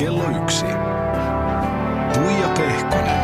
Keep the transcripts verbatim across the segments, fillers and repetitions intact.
kello yksi. Tuija Pehkonen.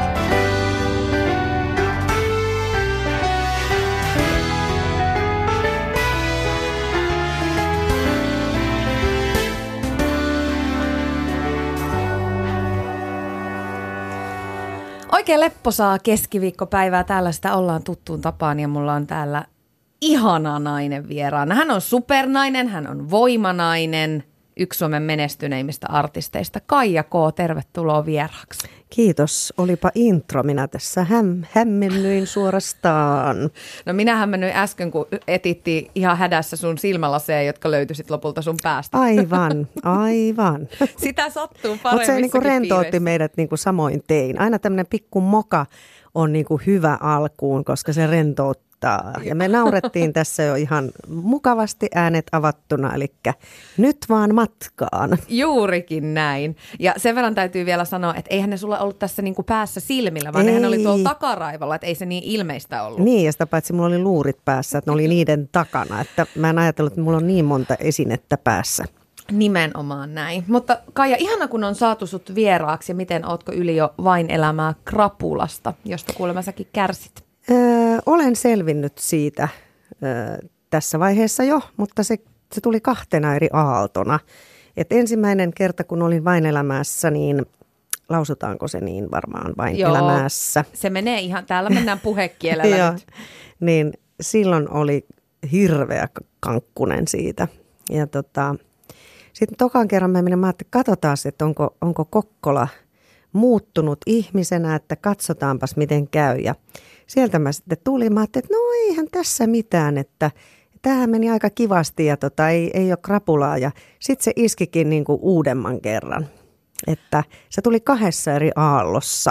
Oikein lepposaa keskiviikkopäivää. Täällä sitä ollaan tuttuun tapaan ja mulla on täällä ihana nainen vieraana. Hän on supernainen, hän on voimanainen, yksi Suomen menestyneimmistä artisteista. Kaija K., tervetuloa vieraaksi. Kiitos. Olipa intro. Minä tässä häm, hämmennyin suorastaan. No minä hämmennyin äsken, kun etittiin ihan hädässä sun silmälaseja, jotka löytyisit lopulta sun päästä. Aivan, aivan. Sitä sattuu Mutta paremmissakin se niinku rentoutti piireissä. meidät niinku samoin tein. Aina tämmöinen pikku moka on niinku hyvä alkuun, koska se rentouttaa. Ja me naurettiin tässä jo ihan mukavasti äänet avattuna, eli nyt vaan matkaan. Juurikin näin. Ja sen verran täytyy vielä sanoa, että eihän ne sulla ollut tässä niinku päässä silmillä, vaan Ei. nehän oli tuolla takaraivolla, että ei se niin ilmeistä ollut. Niin, ja sitä paitsi mulla oli luurit päässä, että ne oli niiden takana. Että mä en ajatellut, että mulla on niin monta esinettä päässä. Nimenomaan näin. Mutta Kaija, ihana kun on saatu sut vieraaksi ja miten ootko yli jo vain elämää krapulasta, josta kuulemma säkin kärsit? Öö, olen selvinnyt siitä öö, tässä vaiheessa jo, mutta se, se tuli kahtena eri aaltona. Et ensimmäinen kerta, kun olin vain elämässä, niin lausutaanko se niin varmaan vain Joo, elämässä? Se menee ihan, täällä mennään puhekielellä nyt. Niin silloin oli hirveä kankkunen siitä. Ja tota, sitten tokan kerran mä menin, mä ajattelin, että katsotaan, että onko, onko Kokkola muuttunut ihmisenä, että katsotaanpas miten käy. Ja sieltä mä sitten tulin, mä ajattelin, että no eihän tässä mitään, että tämähän meni aika kivasti ja tota, ei, ei ole krapulaa. Ja sitten se iskikin niin kuin uudemman kerran, että se tuli kahdessa eri aallossa.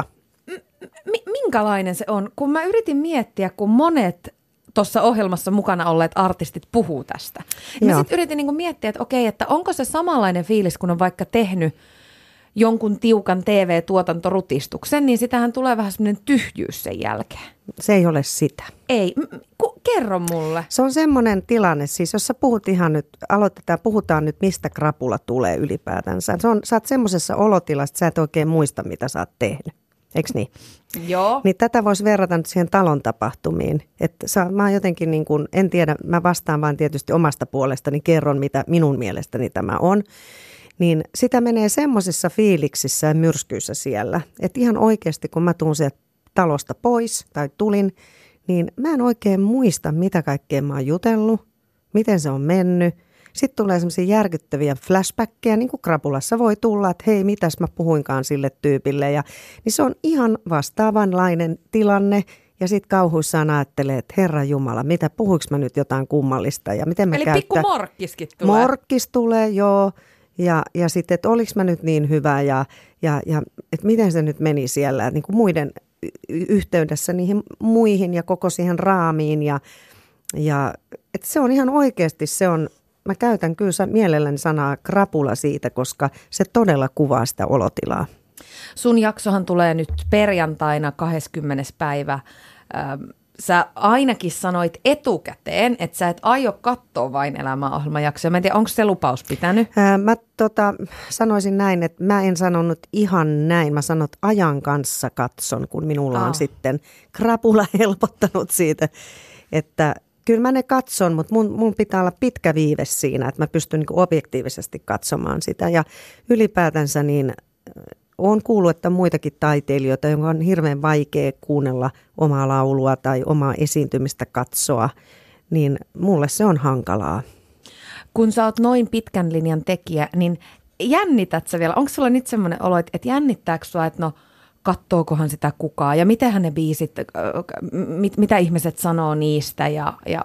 M- minkälainen se on? Kun mä yritin miettiä, kun monet tuossa ohjelmassa mukana olleet artistit puhuu tästä. Ja mä sitten yritin niinku miettiä, että okei, että onko se samanlainen fiilis, kun on vaikka tehnyt jonkun tiukan T V-tuotantorutistuksen, niin sitähän tulee vähän semmoinen tyhjyys sen jälkeen. Se ei ole sitä. Ei, m- ku, kerro mulle. Se on semmoinen tilanne, siis jos sä puhut ihan nyt, aloitetaan, puhutaan nyt mistä krapula tulee ylipäätänsä. Se on, sä oot semmoisessa olotilassa, että sä et oikein muista, mitä sä oot tehnyt. Eikö niin? Joo. Niin tätä voisi verrata nyt siihen talon tapahtumiin. Että sä, mä jotenkin niin kuin, en tiedä, mä vastaan vaan tietysti omasta puolestani, kerron mitä minun mielestäni tämä on. Niin sitä menee semmoisissa fiiliksissä ja myrskyissä siellä, että ihan oikeasti kun mä tuun sieltä talosta pois tai tulin, niin mä en oikein muista, mitä kaikkea mä oon jutellut, miten se on mennyt. Sitten tulee semmoisia järkyttäviä flashbackkejä, niin kuin krapulassa voi tulla, että hei, mitäs mä puhuinkaan sille tyypille. Ja, niin se on ihan vastaavanlainen tilanne. Ja sitten kauhuissaan ajattelee, että Herra Jumala, mitä puhuinko mä nyt jotain kummallista ja miten mä Eli käyttää. pikku morkkiskin tulee. Morkkis tulee, joo. Ja, ja sitten, että oliko mä nyt niin hyvä ja, ja, ja että miten se nyt meni siellä niin kuin muiden y- yhteydessä niihin muihin ja koko siihen raamiin. Ja, ja että se on ihan oikeasti, se on, mä käytän kyllä mielelläni sanaa krapula siitä, koska se todella kuvaa sitä olotilaa. Sun jaksohan tulee nyt perjantaina kahdeskymmenes päivä. Ähm, Sä ainakin sanoit etukäteen, että sä et aio katsoa vain elämäohjelmajaksoja. Mä en tiedä, onko se lupaus pitänyt? Ää, mä tota, sanoisin näin, että mä en sanonut ihan näin. Mä sanon, että ajan kanssa katson, kun minulla on Ah. sitten krapula helpottanut siitä, että kyllä mä ne katson, mutta mun, mun pitää olla pitkä viive siinä, että mä pystyn niin kuin objektiivisesti katsomaan sitä. Ja ylipäätänsä niin olen kuullut, että on muitakin taiteilijoita, jonka on hirveän vaikea kuunnella omaa laulua tai omaa esiintymistä katsoa, niin mulle se on hankalaa. Kun sä oot noin pitkän linjan tekijä, niin jännität sä vielä? Onko sulla nyt semmoinen olo, että jännittääkö sua, että no kattookohan sitä kukaan ja mitenhän ne biisit, mit, mitä ihmiset sanoo niistä ja... ja...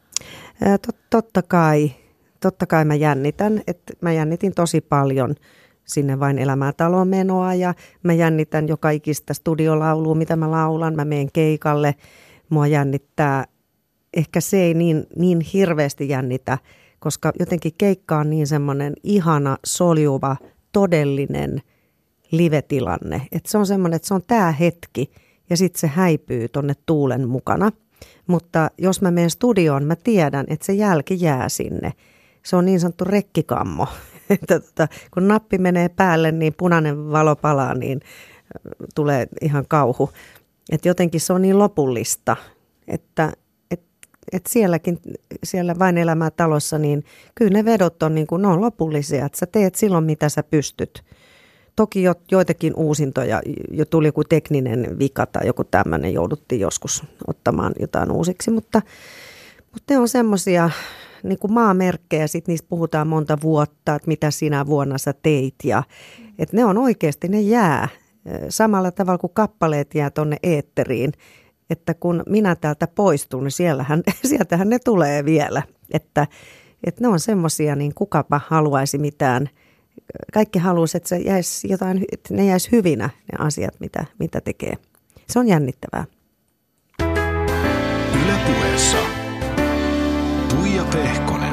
Tot, totta kai, totta kai mä jännitän, että mä jännitin tosi paljon sinne vain elämää taloon menoa ja mä jännitän joka ikistä studiolaulua, mitä mä laulan. Mä menen keikalle, mua jännittää, ehkä se ei niin, niin hirveästi jännitä, koska jotenkin keikka on niin semmoinen ihana, soljuva, todellinen live-tilanne. Että se on semmoinen, että se on tää hetki ja sitten se häipyy tonne tuulen mukana. Mutta jos mä menen studioon, mä tiedän, että se jälki jää sinne. Se on niin sanottu rekkikammo. että tota, kun nappi menee päälle, niin punainen valo palaa, niin tulee ihan kauhu. Että jotenkin se on niin lopullista, että et, et sielläkin, siellä Vain elämää talossa, niin kyllä ne vedot on, niin kuin, ne on lopullisia, että sä teet silloin, mitä sä pystyt. Toki jo, joitakin uusintoja, jo tuli joku tekninen vika tai joku tämmöinen, jouduttiin joskus ottamaan jotain uusiksi, mutta, mutta ne on semmoisia niin kuin maamerkkejä, sitten niistä puhutaan monta vuotta, että mitä sinä vuonna sä teit ja että ne on oikeasti, ne jää samalla tavalla kuin kappaleet jää tonne eetteriin, että kun minä täältä poistun, niin siellähän, sieltähän ne tulee vielä, että, että ne on semmoisia, niin kukapa haluaisi mitään. Kaikki haluaisi, että, se jäisi jotain, että ne jäisi hyvinä ne asiat, mitä, mitä tekee. Se on jännittävää. Yle Puheessa Tuija Pehkonen.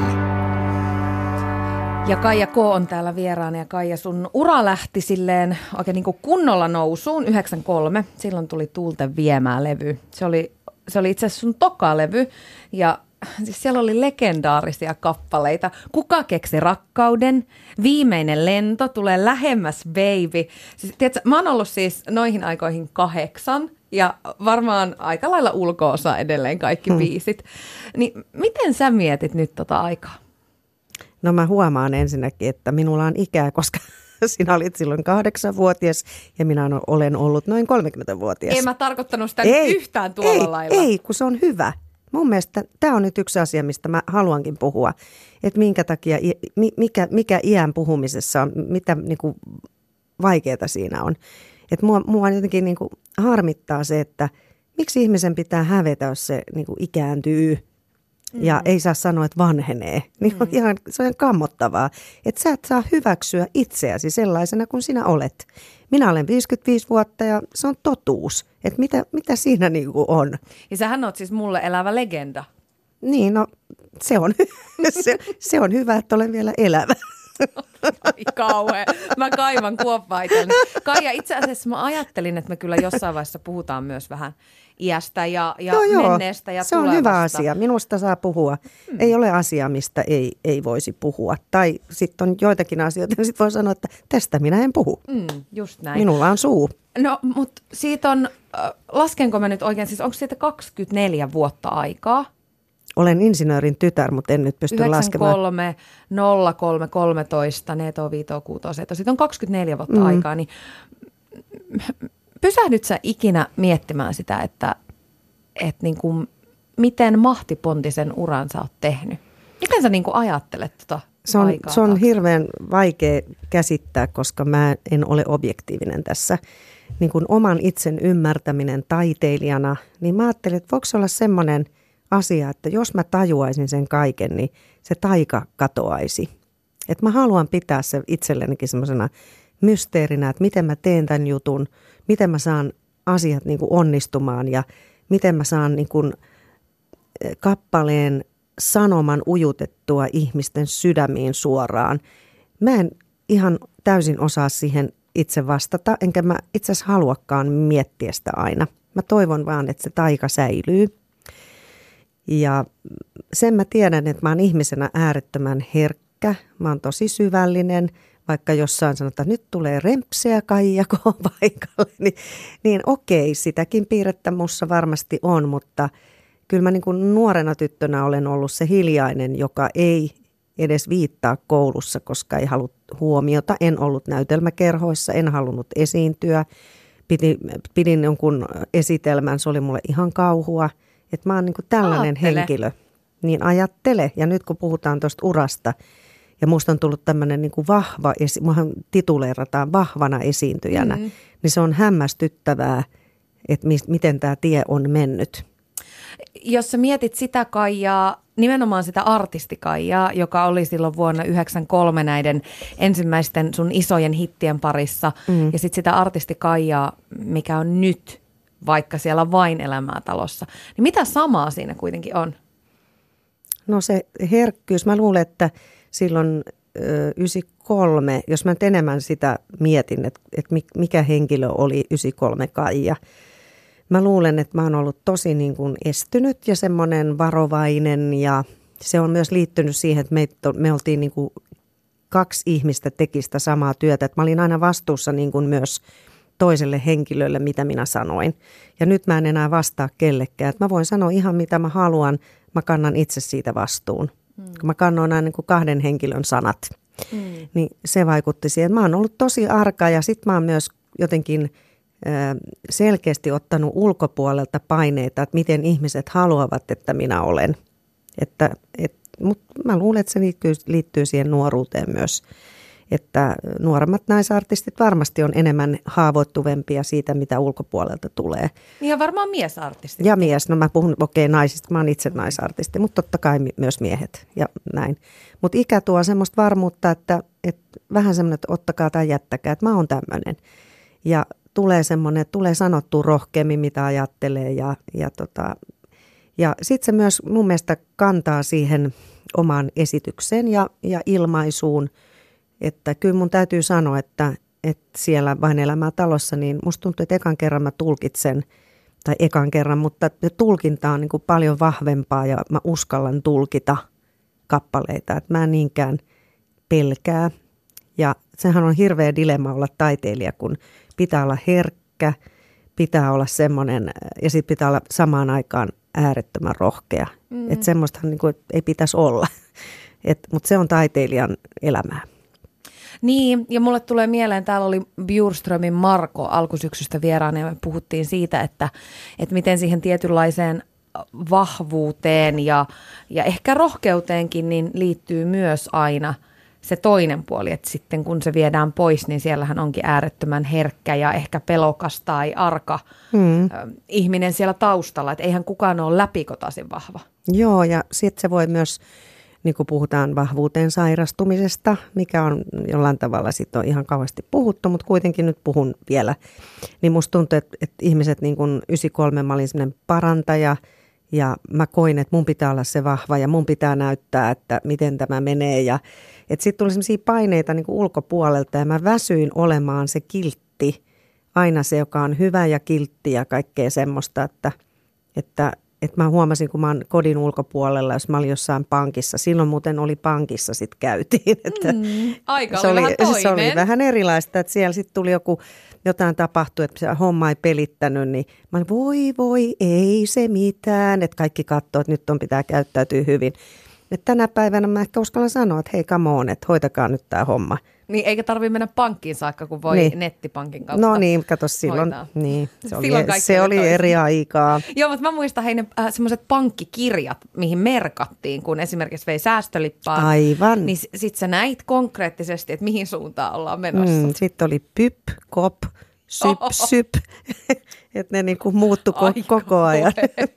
Ja Kaija K. on täällä vieraana ja Kaija, sun ura lähti silleen oikein niin kuin kunnolla nousuun yhdeksänkymmentäkolme. Silloin tuli Tuulten viemää levy. Se oli, se oli itse asiassa sun toka levy ja siis siellä oli legendaarisia kappaleita. Kuka keksi rakkauden? Viimeinen lento, tulee lähemmäs baby. Siis, tiedätkö, mä oon ollut siis noihin aikoihin kahdeksan ja varmaan aika lailla ulko-osa edelleen kaikki hmm. biisit. Niin miten sä mietit nyt tota aikaa? No mä huomaan ensinnäkin, että minulla on ikää, koska sinä olit silloin kahdeksanvuotias ja minä olen ollut noin kolmekymmentävuotias. En mä tarkoittanut sitä ei, yhtään tuolla ei, lailla. Ei, kun se on hyvä. Mun mielestä tämä on nyt yksi asia, mistä mä haluankin puhua, että minkä takia, mikä, mikä iän puhumisessa on, mitä niin kuin vaikeaa siinä on. Että mua, mua jotenkin niin kuin harmittaa se, että miksi ihmisen pitää hävetä, jos se niin kuin ikääntyy ja mm. ei saa sanoa, että vanhenee. Niin on mm. ihan, se on kammottavaa, että sä et saa hyväksyä itseäsi sellaisena kuin sinä olet. Minä olen viisikymmentäviisi vuotta ja se on totuus, että mitä, mitä siinä niin kuin on. Ja sähän oot siis mulle elävä legenda. Niin, no se on, se, se on hyvä, että olen vielä elävä. Ai kauhea. Mä kaivan kuoppaa itselleni. Kaija, itse asiassa mä ajattelin, että me kyllä jossain vaiheessa puhutaan myös vähän iästä ja, ja joo, menneestä ja se tulevasta. On hyvä asia. Minusta saa puhua. Hmm. Ei ole asiaa, mistä ei, ei voisi puhua. Tai sitten on joitakin asioita, niin sitten voi sanoa, että tästä minä en puhu. Hmm, just näin. Minulla on suu. No, mutta siitä on, laskenko mä nyt oikein, siis onko siitä kaksikymmentäneljä vuotta aikaa? Olen insinöörin tytär, mutta en nyt pysty laskemaan. yhdeksänkymmentäkolme, nolla kolme, kolmetoista, neljä viisi, kuusi, seitsemän. Siitä on kaksikymmentäneljä vuotta mm. aikaa, niin pysähdyt sä ikinä miettimään sitä, että, että niin kuin, miten mahtipontisen uran sä oot tehnyt? Miten sä niin kuin ajattelet tota se on, aikaa? Se on hirveän vaikea käsittää, koska mä en ole objektiivinen tässä. Niin kuin oman itsen ymmärtäminen taiteilijana, niin mä ajattelin, että voiko se olla semmoinen asia, että jos mä tajuaisin sen kaiken, niin se taika katoaisi. Että mä haluan pitää se itsellenikin semmoisena mysteerinä, että miten mä teen tämän jutun, miten mä saan asiat niin kuin onnistumaan ja miten mä saan niin kuin kappaleen sanoman ujutettua ihmisten sydämiin suoraan. Mä en ihan täysin osaa siihen itse vastata, enkä mä itse asiassa haluakaan miettiä sitä aina. Mä toivon vaan, että se taika säilyy. Ja sen mä tiedän, että mä oon ihmisenä äärettömän herkkä, mä oon tosi syvällinen, vaikka jossain sanotaan, että nyt tulee rempseä Kaija K paikalle, niin, niin okei, sitäkin piirrettä mussa varmasti on, mutta kyllä mä niin kuin nuorena tyttönä olen ollut se hiljainen, joka ei edes viittaa koulussa, koska ei halua huomiota. En ollut näytelmäkerhoissa, en halunnut esiintyä, Pidin, pidin jonkun esitelmän, se oli mulle ihan kauhua. Että mä oon niin kuin tällainen Aattele. henkilö, niin ajattele. Ja nyt kun puhutaan tuosta urasta, ja musta on tullut tämmöinen niin kuin vahva, muahan tituleerataan vahvana esiintyjänä, mm. niin se on hämmästyttävää, että mi- miten tämä tie on mennyt. Jos sä mietit sitä Kaijaa, nimenomaan sitä artistikaijaa, joka oli silloin vuonna yhdeksänkymmentäkolme näiden ensimmäisten sun isojen hittien parissa, mm. ja sitten sitä artistikaijaa, mikä on nyt, vaikka siellä Vain elämää talossa. Niin mitä samaa siinä kuitenkin on? No se herkkyys, mä luulen, että silloin ö, yhdeksänkymmentäkolme, jos mä nyt enemmän sitä mietin, että, että mikä henkilö oli yhdeksänkymmentäkolme Kaija. Mä luulen, että mä oon ollut tosi niin kuin estynyt ja semmoinen varovainen ja se on myös liittynyt siihen, että me, me oltiin niin kuin kaksi ihmistä teki sitä samaa työtä. Että mä olin aina vastuussa niin kuin myös toiselle henkilölle, mitä minä sanoin. Ja nyt mä en enää vastaa kellekään. Että mä voin sanoa ihan mitä mä haluan, mä kannan itse siitä vastuun. Mm. Kun mä kannoin aina niin kuin kahden henkilön sanat, mm. niin se vaikutti siihen. Mä oon ollut tosi arka ja sit mä oon myös jotenkin selkeästi ottanut ulkopuolelta paineita, että miten ihmiset haluavat, että minä olen. Että, et, mutta mä luulen, että se liittyy, liittyy siihen nuoruuteen myös. Että nuoremmat naisartistit varmasti on enemmän haavoittuvempia siitä, mitä ulkopuolelta tulee. Ja varmaan miesartistit. Ja mies, no mä puhun okei okay, naisista, mä oon itse naisartisti, mutta totta kai myös miehet ja näin. Mutta ikä tuo semmoista varmuutta, että, että vähän semmoinen, että ottakaa tai jättäkää, että mä oon tämmöinen. Ja tulee semmoinen, että tulee sanottua rohkeammin, mitä ajattelee ja, ja, tota, ja sitten se myös mun mielestä kantaa siihen omaan esitykseen ja, ja ilmaisuun, että kyllä mun täytyy sanoa, että, että siellä Vain elämää talossa, niin musta tuntuu, että ekan kerran mä tulkitsen, tai ekan kerran, mutta tulkinta on niin kuin paljon vahvempaa ja mä uskallan tulkita kappaleita, että mä en niinkään pelkää. Ja sehän on hirveä dilemma olla taiteilija, kun pitää olla herkkä, pitää olla semmoinen ja sitten pitää olla samaan aikaan äärettömän rohkea. Mm. Että semmoistahan niin kuin ei pitäisi olla, mutta se on taiteilijan elämää. Niin, ja mulle tulee mieleen, täällä oli Bjurströmin Marko alkusyksystä vieraana ja me puhuttiin siitä, että, että miten siihen tietynlaiseen vahvuuteen ja, ja ehkä rohkeuteenkin niin liittyy myös aina se toinen puoli, että sitten kun se viedään pois, niin siellähän onkin äärettömän herkkä ja ehkä pelokas tai arka hmm. ihminen siellä taustalla, että eihän kukaan ole läpikotaisin vahva. Joo, ja sitten se voi myös, niin kuin puhutaan vahvuuteen sairastumisesta, mikä on jollain tavalla sitten on ihan kauheasti puhuttu, mutta kuitenkin nyt puhun vielä, niin musta tuntuu, että, että ihmiset niin kuin yhdeksänkymmentäkolme mä olin semmoinen parantaja, ja mä koin, että mun pitää olla se vahva ja mun pitää näyttää, että miten tämä menee. Ja että sitten tuli sellaisia paineita niin kuin ulkopuolelta ja mä väsyin olemaan se kiltti. Aina se, joka on hyvä ja kiltti ja kaikkea semmoista, että, että, että mä huomasin, kun mä oon kodin ulkopuolella, jos mä olin jossain pankissa. Silloin muuten oli pankissa sitten käytiin. Että mm, aika se oli, oli vähän toinen. Se oli vähän erilaista, että siellä sitten tuli joku... Jotain tapahtui, että se homma ei pelittänyt, niin mä olin, voi voi, ei se mitään, että kaikki katsoo, että nyt on pitää käyttäytyä hyvin. Et tänä päivänä mä ehkä uskallan sanoa, että hei come on, että hoitakaa nyt tämä homma. Niin eikä tarvitse mennä pankkiin saakka, kun voi niin. nettipankin kautta No niin, kato silloin, niin, se oli, silloin se oli eri aikaa. Joo, mutta mä muistan heidän äh, semmoiset pankkikirjat, mihin merkattiin, kun esimerkiksi vei säästölippaan. Aivan. Niin sit sä näit konkreettisesti, että mihin suuntaan ollaan menossa. Mm, sitten oli pyp, kop, syp, oh. syp, että ne niinku muuttui koko ajan.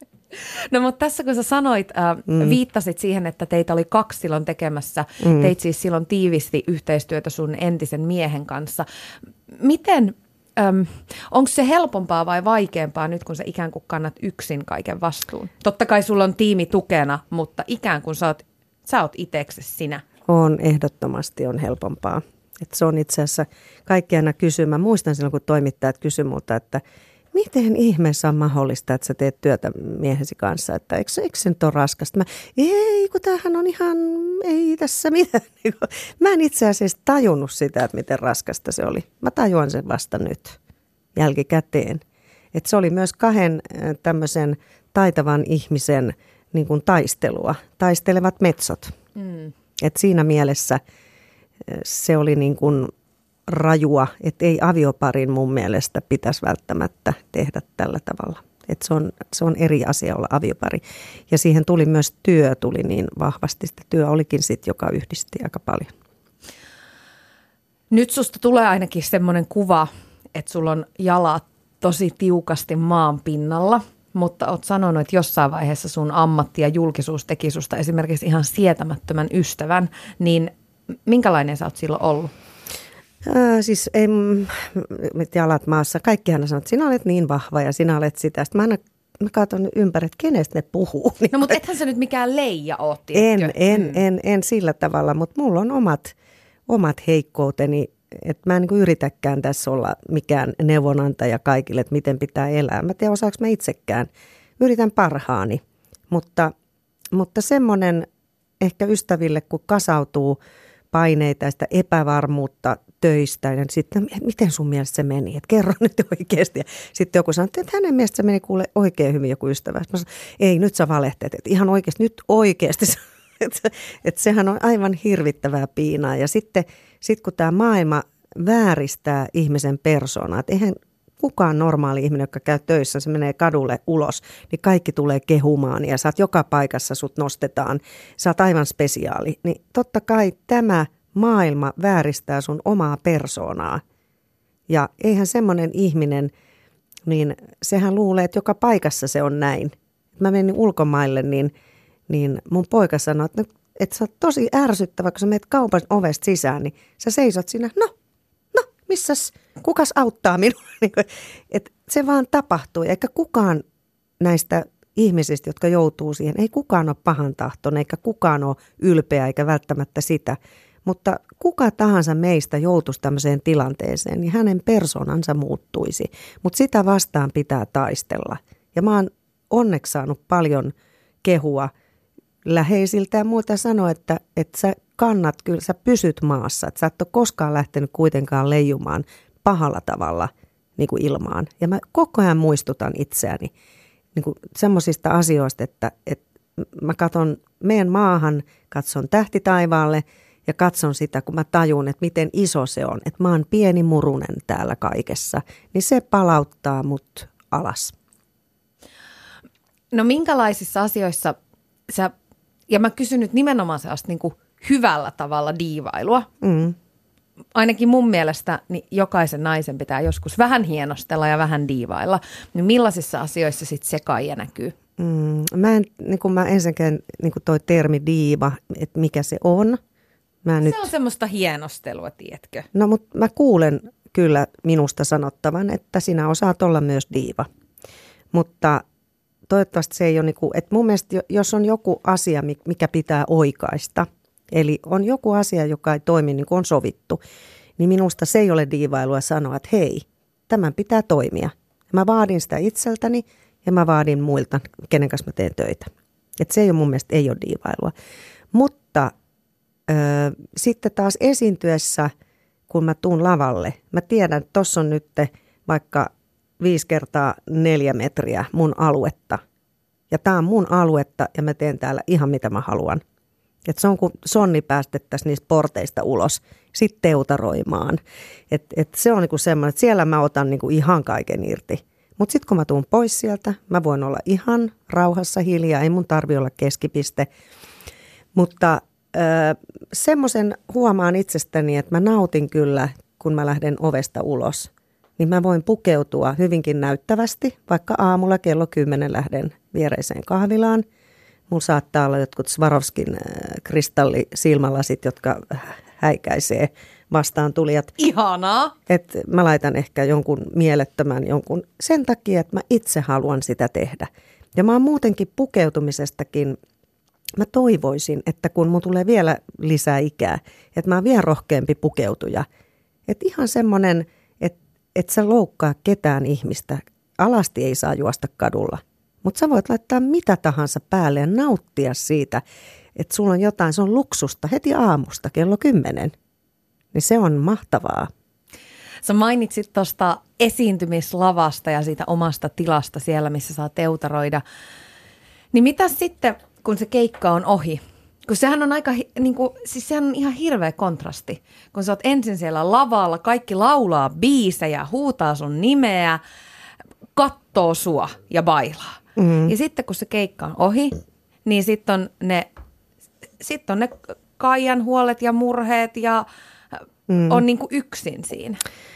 No mutta tässä kun sä sanoit, äh, mm. viittasit siihen, että teitä oli kaksi silloin tekemässä, mm. teit siis silloin tiivisti yhteistyötä sun entisen miehen kanssa. Miten, ähm, onko se helpompaa vai vaikeampaa nyt, kun sä ikään kuin kannat yksin kaiken vastuun? Totta kai sulla on tiimi tukena, mutta ikään kuin sä oot, sä oot itseksesi sinä. On, ehdottomasti on helpompaa. Et se on itse asiassa kaikki aina kysyä. Mä muistan silloin, kun toimittajat kysyi multa, että miten ihmeessä on mahdollista, että sä teet työtä miehesi kanssa, että eikö, eikö se nyt ole raskasta? Mä, ei, kun tämähän on ihan, ei tässä mitään. Mä en itse asiassa tajunnut sitä, että miten raskasta se oli. Mä tajuan sen vasta nyt, jälkikäteen. Että se oli myös kahden tämmöisen taitavan ihmisen niin kuin taistelua, taistelevat metsot. Mm. Että siinä mielessä se oli niin kuin rajua, että ei avioparin mun mielestä pitäisi välttämättä tehdä tällä tavalla. Että se on, se on eri asia olla aviopari. Ja siihen tuli myös työ, tuli niin vahvasti. Sitä työ olikin sitten, joka yhdisti aika paljon. Nyt susta tulee ainakin semmoinen kuva, että sulla on jalat tosi tiukasti maan pinnalla, mutta oot sanonut, että jossain vaiheessa sun ammatti ja julkisuus teki susta esimerkiksi ihan sietämättömän ystävän, niin minkälainen sä oot silloin ollut? Ää, siis ei, mit jalat maassa. Kaikkihan sanoo, että sinä olet niin vahva ja sinä olet sitä. Sitten mä aina mä katson ympäri, että kenestä ne puhuu. No mutta ethän sä nyt mikään leija oot, en, en, mm. en, en sillä tavalla, mutta mulla on omat, omat heikkouteni. Että mä en niin kuin yritäkään tässä olla mikään neuvonantaja kaikille, että miten pitää elää. Mä tiedän, osaanko mä itsekään. Yritän parhaani, mutta, mutta semmoinen ehkä ystäville, kun kasautuu paineita ja sitä epävarmuutta töistä. Ja sitten, miten sun mielestä se meni? Että kerro nyt oikeasti. Ja sitten joku sanoi, että hänen mielestä se meni kuule oikein hyvin joku ystävä. Mä sanoin, ei nyt sä valehteet, että ihan oikeasti, nyt oikeasti. Että et sehän on aivan hirvittävää piinaa. Ja sitten sit kun tämä maailma vääristää ihmisen persoonaa, että eihän kukaan normaali ihminen, joka käy töissä, se menee kadulle ulos, niin kaikki tulee kehumaan ja sä oot joka paikassa, sut nostetaan, sä oot aivan spesiaali. Niin totta kai tämä maailma vääristää sun omaa persoonaa. Ja eihän semmoinen ihminen, niin sehän luulee, että joka paikassa se on näin. Mä menin ulkomaille, niin, niin mun poika sanoi, että, että sä oot tosi ärsyttävä, kun sä menet kaupan ovesta sisään, niin sä seisot siinä, no, no, missäs, kukas auttaa minua? Että se vaan tapahtuu, eikä kukaan näistä ihmisistä, jotka joutuu siihen, ei kukaan ole pahan tahtoinen, eikä kukaan ole ylpeä, eikä välttämättä sitä. Mutta kuka tahansa meistä joutuisi tämmöiseen tilanteeseen, niin hänen persoonansa muuttuisi. Mutta sitä vastaan pitää taistella. Ja mä oon onneksi saanut paljon kehua läheisiltä ja muuta sanoa, että, että sä kannat, kyllä sä pysyt maassa. Että sä et ole koskaan lähtenyt kuitenkaan leijumaan pahalla tavalla niin kuin ilmaan. Ja mä koko ajan muistutan itseäni niin kuin semmoisista asioista, että, että mä katson meidän maahan, katson tähtitaivaalle ja katson sitä, kun mä tajun, että miten iso se on. Että mä oon pieni murunen täällä kaikessa, niin se palauttaa mut alas. No minkälaisissa asioissa sä, ja mä kysyn nyt nimenomaan sellaista niin kuin hyvällä tavalla diivailua. Mm. Ainakin mun mielestä niin jokaisen naisen pitää joskus vähän hienostella ja vähän diivailla. Niin millaisissa asioissa sitten se Kaija näkyy? Mm, mä en, niin kuin mä ensinnäkin niin kuin toi termi diiva, että mikä se on. Mä se nyt... on semmoista hienostelua, tiedätkö? No mutta mä kuulen kyllä minusta sanottavan, että sinä osaat olla myös diiva. Mutta toivottavasti se ei ole niin kuin, että mun mielestä jos on joku asia, mikä pitää oikaista, eli on joku asia, joka ei toimi niin kuin on sovittu, niin minusta se ei ole diivailua sanoa, että hei, tämän pitää toimia. Mä vaadin sitä itseltäni ja mä vaadin muilta, kenen kanssa mä teen töitä. Että se ei ole mun mielestä ei ole diivailua. Mutta ö, sitten taas esiintyessä, kun mä tuun lavalle, mä tiedän, että tossa on nyt vaikka viisi kertaa neljä metriä mun aluetta. Ja tää on mun aluetta ja mä teen täällä ihan mitä mä haluan. Että se on kuin sonni päästettäisiin niistä porteista ulos, sitten teutaroimaan. Että et se on niinku semmoinen, että siellä mä otan niinku ihan kaiken irti. Mutta sitten kun mä tuun pois sieltä, mä voin olla ihan rauhassa hiljaa, ei mun tarvi olla keskipiste. Mutta semmoisen huomaan itsestäni, että mä nautin kyllä, kun mä lähden ovesta ulos. Niin mä voin pukeutua hyvinkin näyttävästi, vaikka aamulla kello kymmenen lähden viereiseen kahvilaan. Mulla saattaa olla jotkut Swarovskin kristallisilmälasit, jotka häikäisee vastaan tulijat. Ihanaa! Et mä laitan ehkä jonkun mielettömän jonkun sen takia, että mä itse haluan sitä tehdä. Ja mä oon muutenkin pukeutumisestakin, mä toivoisin, että kun mun tulee vielä lisää ikää, että mä oon vielä rohkeampi pukeutuja. Että ihan semmoinen, että et sä loukkaa ketään ihmistä. Alasti ei saa juosta kadulla. Mutta sä voit laittaa mitä tahansa päälle ja nauttia siitä, että sulla on jotain, se on luksusta heti aamusta kello kymmenen. Niin se on mahtavaa. Sä mainitsit tuosta esiintymislavasta ja siitä omasta tilasta siellä, missä saa teutaroida. Niin mitä sitten, kun se keikka on ohi? Kun sehän on aika, niin kuin, siis sehän on ihan hirveä kontrasti. Kun sä oot ensin siellä lavalla, kaikki laulaa biisejä, huutaa sun nimeä, kattoo sua ja bailaa. Mm. Ja sitten kun se keikka on ohi, niin sitten on ne, sit on ne Kaijan huolet ja murheet ja mm. on niin kuin yksin siinä.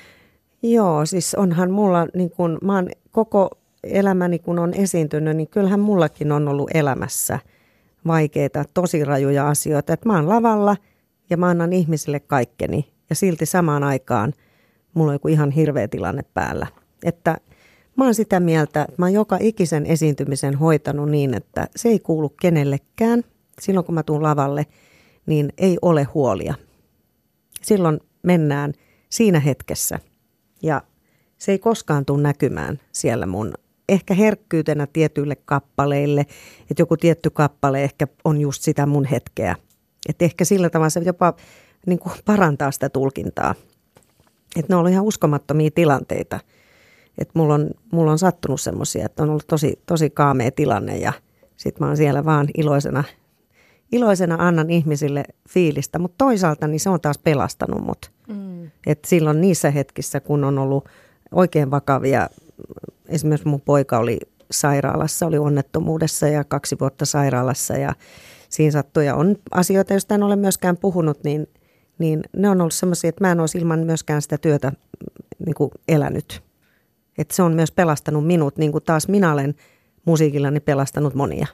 Joo, siis onhan mulla, niin kun mä oon koko elämäni kun on esiintynyt, niin kyllähän mullakin on ollut elämässä vaikeita, tosi rajuja asioita. Että mä oon lavalla ja mä annan ihmisille kaikkeni ja silti samaan aikaan mulla on joku ihan hirveä tilanne päällä. Että mä oon sitä mieltä, että mä oon joka ikisen esiintymisen hoitanut niin, että se ei kuulu kenellekään. Silloin kun mä tuun lavalle, niin ei ole huolia. Silloin mennään siinä hetkessä ja se ei koskaan tule näkymään siellä mun ehkä herkkyytenä tietyille kappaleille, että joku tietty kappale ehkä on just sitä mun hetkeä. Että ehkä sillä tavalla se jopa niin kuin parantaa sitä tulkintaa. Että ne on ollut ihan uskomattomia tilanteita. Että mulla on, mulla on sattunut semmoisia, että on ollut tosi, tosi kaamea tilanne ja sitten mä oon siellä vaan iloisena, iloisena annan ihmisille fiilistä. Mutta toisaalta niin se on taas pelastanut mut. Mm. Että silloin niissä hetkissä, kun on ollut oikein vakavia, esimerkiksi mun poika oli sairaalassa, oli onnettomuudessa ja kaksi vuotta sairaalassa ja siinä sattui. Ja on asioita, joista en ole myöskään puhunut, niin, niin ne on ollut semmoisia, että mä en olisi ilman myöskään sitä työtä niin kuin elänyt. Että se on myös pelastanut minut, niin kuin taas minä olen musiikillani pelastanut monia.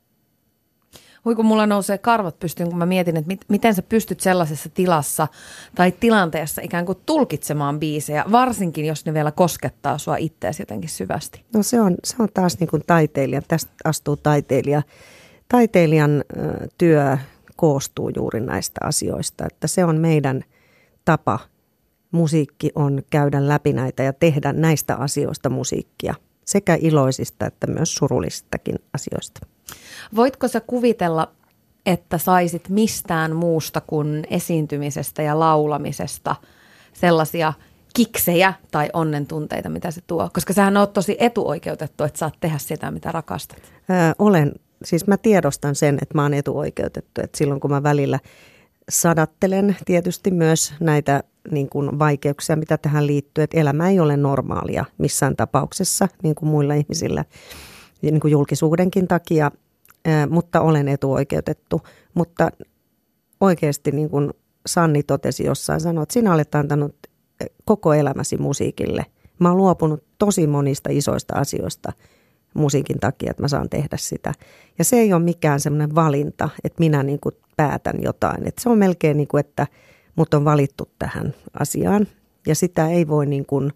Hui kun mulla nousee karvat pystyyn, kun mä mietin, että mit, miten sä pystyt sellaisessa tilassa tai tilanteessa ikään kuin tulkitsemaan biisejä, varsinkin jos ne vielä koskettaa sua itseäsi jotenkin syvästi. No se on, se on taas niin kuin taiteilija, tästä astuu taiteilija. Taiteilijan työ koostuu juuri näistä asioista, että se on meidän tapa. Musiikki on käydä läpi näitä ja tehdä näistä asioista musiikkia, sekä iloisista että myös surullisistakin asioista. Voitko sä kuvitella, että saisit mistään muusta kuin esiintymisestä ja laulamisesta sellaisia kiksejä tai onnentunteita, mitä se tuo? Koska sähän oot tosi etuoikeutettu, että saat tehdä sitä, mitä rakastat. Öö, olen. Siis mä tiedostan sen, että mä oon etuoikeutettu. Että silloin kun mä välillä sadattelen tietysti myös näitä niin kuin vaikeuksia, mitä tähän liittyy. Että elämä ei ole normaalia missään tapauksessa, niin kuin muilla ihmisillä, niin kuin julkisuudenkin takia. Mutta olen etuoikeutettu. Mutta oikeasti niin kuin Sanni totesi jossain, sanoi, että sinä olet antanut koko elämäsi musiikille. Mä oon luopunut tosi monista isoista asioista musiikin takia, että mä saan tehdä sitä. Ja se ei ole mikään semmoinen valinta, että minä niin kuin päätän jotain. Että se on melkein niin kuin, että mut on valittu tähän asiaan. Ja sitä ei voi niin kuin,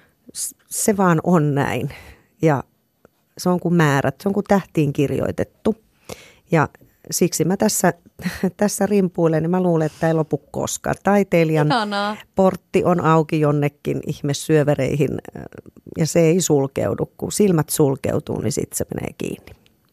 se vaan on näin. Ja se on kuin määrät, se on kuin tähtiin kirjoitettu. Ja siksi mä tässä, tässä rimpuilen, niin mä luulen, että tämä ei lopu koskaan. Taiteilijan Ihanaa. Portti on auki jonnekin ihmissyövereihin ja se ei sulkeudu. Kun silmät sulkeutuu, niin sitten se menee kiinni.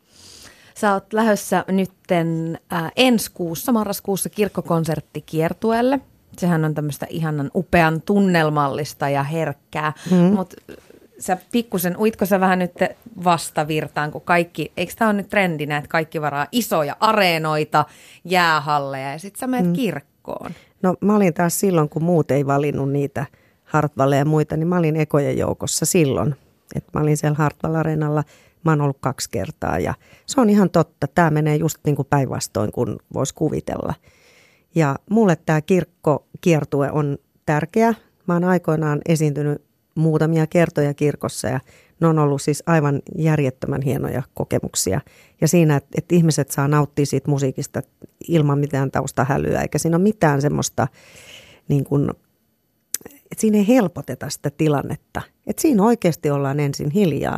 Sä oot lähdössä nytten äh, ensi kuussa, marraskuussa kirkkokonserttikiertueelle. Sehän on tämmöistä ihanan upean tunnelmallista ja herkkää, mm. mutta sä pikkusen, uitko sä vähän nyt vastavirtaan, kun kaikki, eikö tämä ole nyt trendinä, että kaikki varaa isoja areenoita, jäähalleja ja sit sä menet mm. kirkkoon? No mä olin taas silloin, kun muut ei valinnut niitä Hartwalleja ja muita, niin mä olin ekojen joukossa silloin. Että mä olin siellä Hartwall-areenalla, mä oon ollut kaksi kertaa ja se on ihan totta. Tämä menee just niin kuin päinvastoin, kun voisi kuvitella. Ja mulle tämä kirkkokiertue on tärkeä. Mä oon aikoinaan esiintynyt muutamia kertoja kirkossa ja ne on ollut siis aivan järjettömän hienoja kokemuksia. Ja siinä, että, että ihmiset saa nauttia siitä musiikista ilman mitään taustahälyä, eikä siinä ole mitään semmoista, niin kuin, että siinä ei helpoteta sitä tilannetta. Että siinä oikeasti ollaan ensin hiljaa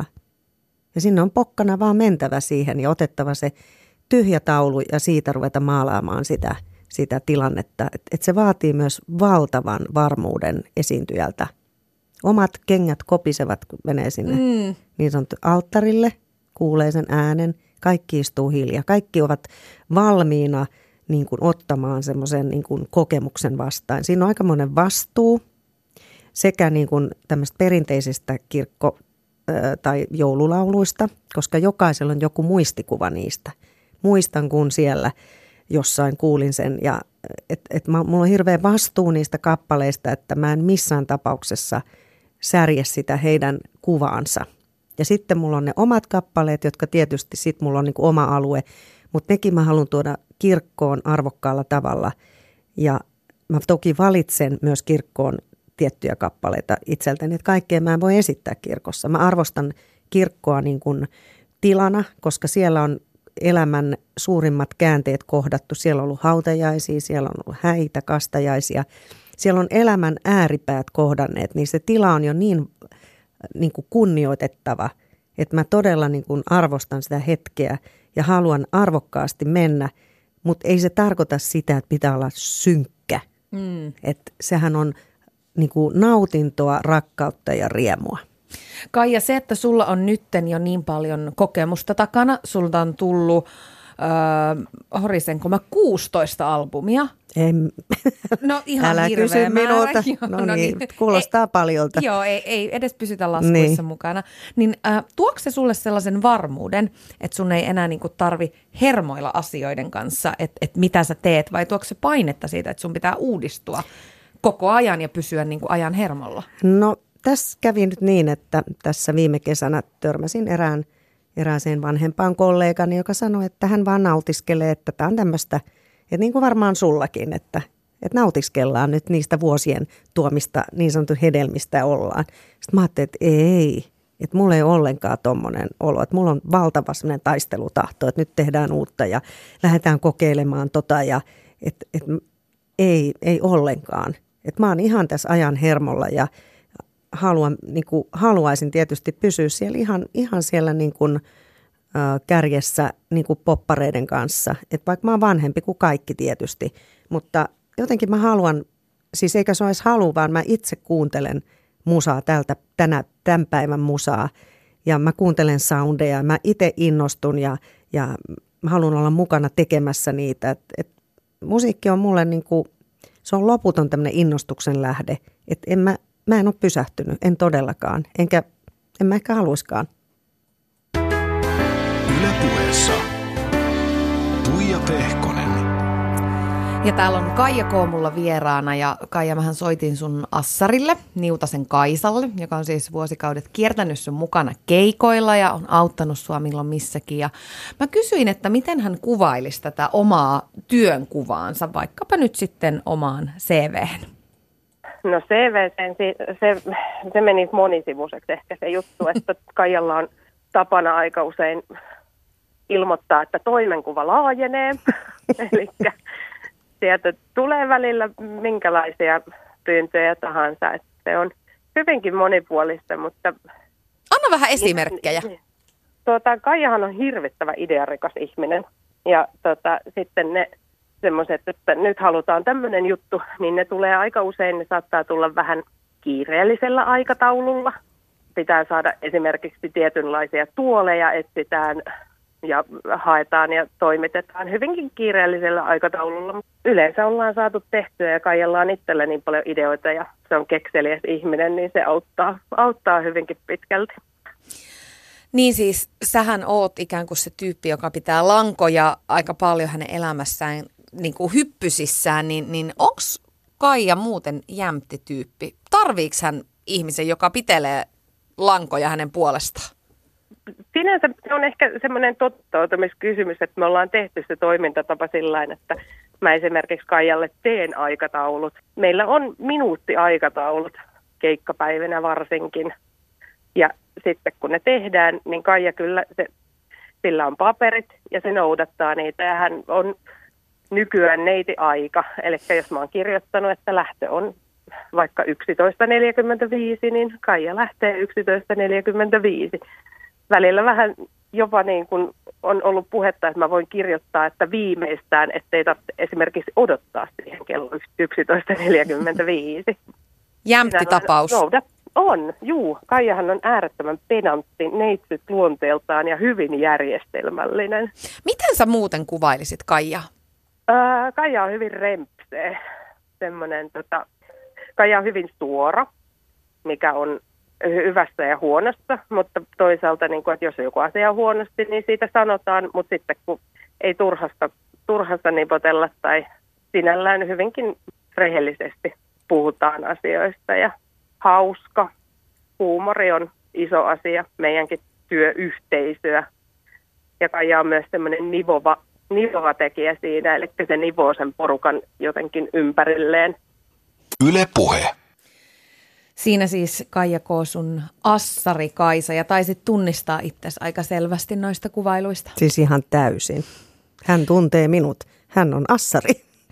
ja sinne on pokkana vaan mentävä siihen ja otettava se tyhjä taulu ja siitä ruveta maalaamaan sitä, sitä tilannetta. Että, että se vaatii myös valtavan varmuuden esiintyjältä. Omat kengät kopisevat, kun menee sinne mm. niin sanottu alttarille, kuulee sen äänen, kaikki istuu hiljaa. Kaikki ovat valmiina niin kuin, ottamaan semmoisen niin kuin, kokemuksen vastaan. Siinä on aikamoinen vastuu sekä niin kuin, tämmöistä perinteisistä kirkko- tai joululauluista, koska jokaisella on joku muistikuva niistä. Muistan, kun siellä jossain kuulin sen ja että et mulla on hirveä vastuu niistä kappaleista, että mä en missään tapauksessa särje sitä heidän kuvaansa. Ja sitten mulla on ne omat kappaleet, jotka tietysti sitten mulla on niin kuin oma alue, mutta nekin mä haluan tuoda kirkkoon arvokkaalla tavalla. Ja mä toki valitsen myös kirkkoon tiettyjä kappaleita itseltäni, että kaikkea mä en voi esittää kirkossa. Mä arvostan kirkkoa niin kuin tilana, koska siellä on elämän suurimmat käänteet kohdattu. Siellä on ollut hautajaisia, siellä on ollut häitä, kastajaisia. Siellä on elämän ääripäät kohdanneet, niin se tila on jo niin, niin kuin kunnioitettava, että mä todella niin kuin arvostan sitä hetkeä ja haluan arvokkaasti mennä, mutta ei se tarkoita sitä, että pitää olla synkkä. Mm. Että sehän on niin kuin nautintoa, rakkautta ja riemua. Kaija, se, että sulla on nytten jo niin paljon kokemusta takana, sulta on tullut öö, Horisenko mä kuusitoista albumia. En. No ihan Älä hirveä kysy määrä. minulta. Joo, No, no niin, kuulostaa ei, paljolta. Joo, ei, ei edes pysytä laskuissa niin. mukana. Niin äh, tuoko se sulle sellaisen varmuuden, että sun ei enää niinku tarvi hermoilla asioiden kanssa, että et mitä sä teet, vai tuoko se painetta siitä, että sun pitää uudistua koko ajan ja pysyä niinku ajan hermolla? No tässä kävi nyt niin, että tässä viime kesänä törmäsin erään, erääseen vanhempaan kollegani, joka sanoi, että hän vaan nautiskelee, että tämä on tämmöistä, että niin kuin varmaan sullakin, että, että nautiskellaan nyt niistä vuosien tuomista niin sanottu hedelmistä ollaan. Sitten mä ajattelin, että ei, että mulla ei ole ollenkaan tommoinen olo, että mulla on valtava sellainen taistelutahto, että nyt tehdään uutta ja lähdetään kokeilemaan tota ja että, että ei, ei ollenkaan. Että mä oon ihan tässä ajan hermolla ja haluan, niin kuin, haluaisin tietysti pysyä siellä ihan, ihan siellä niin kuin, äh, kärjessä niin kuin poppareiden kanssa. Et vaikka mä oon vanhempi kuin kaikki tietysti, mutta jotenkin mä haluan, siis eikä se olisi halu, vaan mä itse kuuntelen musaa tältä, tänä, tämän päivän musaa. Ja mä kuuntelen soundeja, mä itse innostun ja, ja mä haluan olla mukana tekemässä niitä. Et, et, musiikki on mulle niin kuin, se on loputon tämmöinen innostuksen lähde, että en mä Mä en ole pysähtynyt, en todellakaan, enkä en mä ehkä haluiskaan. Yle Puheessa Tuija Pehkonen. Ja täällä on Kaija K. mulla vieraana ja Kaija, mähän soitin sun assarille, Niutasen Kaisalle, joka on siis vuosikaudet kiertänyt sun mukana keikoilla ja on auttanut sua milloin missäkin. Ja mä kysyin, että miten hän kuvailisi tätä omaa työnkuvaansa, vaikkapa nyt sitten omaan C V:hen. No C V, se, se, se meni monisivuiseksi ehkä se juttu, että Kaijalla on tapana aika usein ilmoittaa, että toimenkuva laajenee. Eli sieltä tulee välillä minkälaisia pyyntöjä tahansa. Että se on hyvinkin monipuolista, mutta... Anna vähän esimerkkejä. Tuota, Kaijahan on hirvittävä idearikas ihminen ja tota, sitten ne... semmoiset, että nyt halutaan tämmöinen juttu, niin ne tulee aika usein, ne saattaa tulla vähän kiireellisellä aikataululla. Pitää saada esimerkiksi tietynlaisia tuoleja, etsitään ja haetaan ja toimitetaan hyvinkin kiireellisellä aikataululla. Yleensä ollaan saatu tehtyä ja Kaijalla on itsellä niin paljon ideoita ja se on kekseliäs ihminen, niin se auttaa, auttaa hyvinkin pitkälti. Niin siis sähän oot ikään kuin se tyyppi, joka pitää lankoja aika paljon hänen elämässään niin kuin hyppysissään, niin, niin onko Kaija muuten jämpti-tyyppi? Tarviiko hän ihmisen, joka pitelee lankoja hänen puolestaan? Sinänsä se on ehkä semmoinen tottoutumiskysymys, että me ollaan tehty se toimintatapa sillain, että mä esimerkiksi Kaijalle teen aikataulut. Meillä on minuuttiaikataulut keikkapäivinä varsinkin. Ja sitten kun ne tehdään, niin Kaija kyllä, se, sillä on paperit ja se noudattaa niitä. Ja hän on nykyään neiti-aika. Eli jos mä oon kirjoittanut, että lähtö on vaikka yksitoista neljäkymmentäviisi, niin Kaija lähtee yksitoista neljäkymmentäviisi. Välillä vähän jopa niin kuin on ollut puhetta, että mä voin kirjoittaa, että viimeistään, ettei tarvitse esimerkiksi odottaa siihen kello yksitoista neljäkymmentäviisi. Jämpti tapaus. On, juu. Kaijahan on äärettömän pedantti, neitsyt luonteeltaan ja hyvin järjestelmällinen. Miten sä muuten kuvailisit Kaijaa? Ää, Kaija on hyvin rempsee. Semmoinen, tota, Kaija on hyvin suora, mikä on hyvässä ja huonossa, mutta toisaalta, niin kun, että jos joku asia on huonosti, niin siitä sanotaan, mutta sitten kun ei turhasta, turhasta nipotella tai sinällään hyvinkin rehellisesti puhutaan asioista ja hauska. Huumori on iso asia, meidänkin työyhteisöä. Ja Kaija on myös semmoinen nivova, nivova tekijä siinä, eli se nivoo sen porukan jotenkin ympärilleen. Yle Puhe. Siinä siis Kaija K. sun assari Kaisa, ja taisit tunnistaa itsesi aika selvästi noista kuvailuista. Siis ihan täysin. Hän tuntee minut. Hän on assari.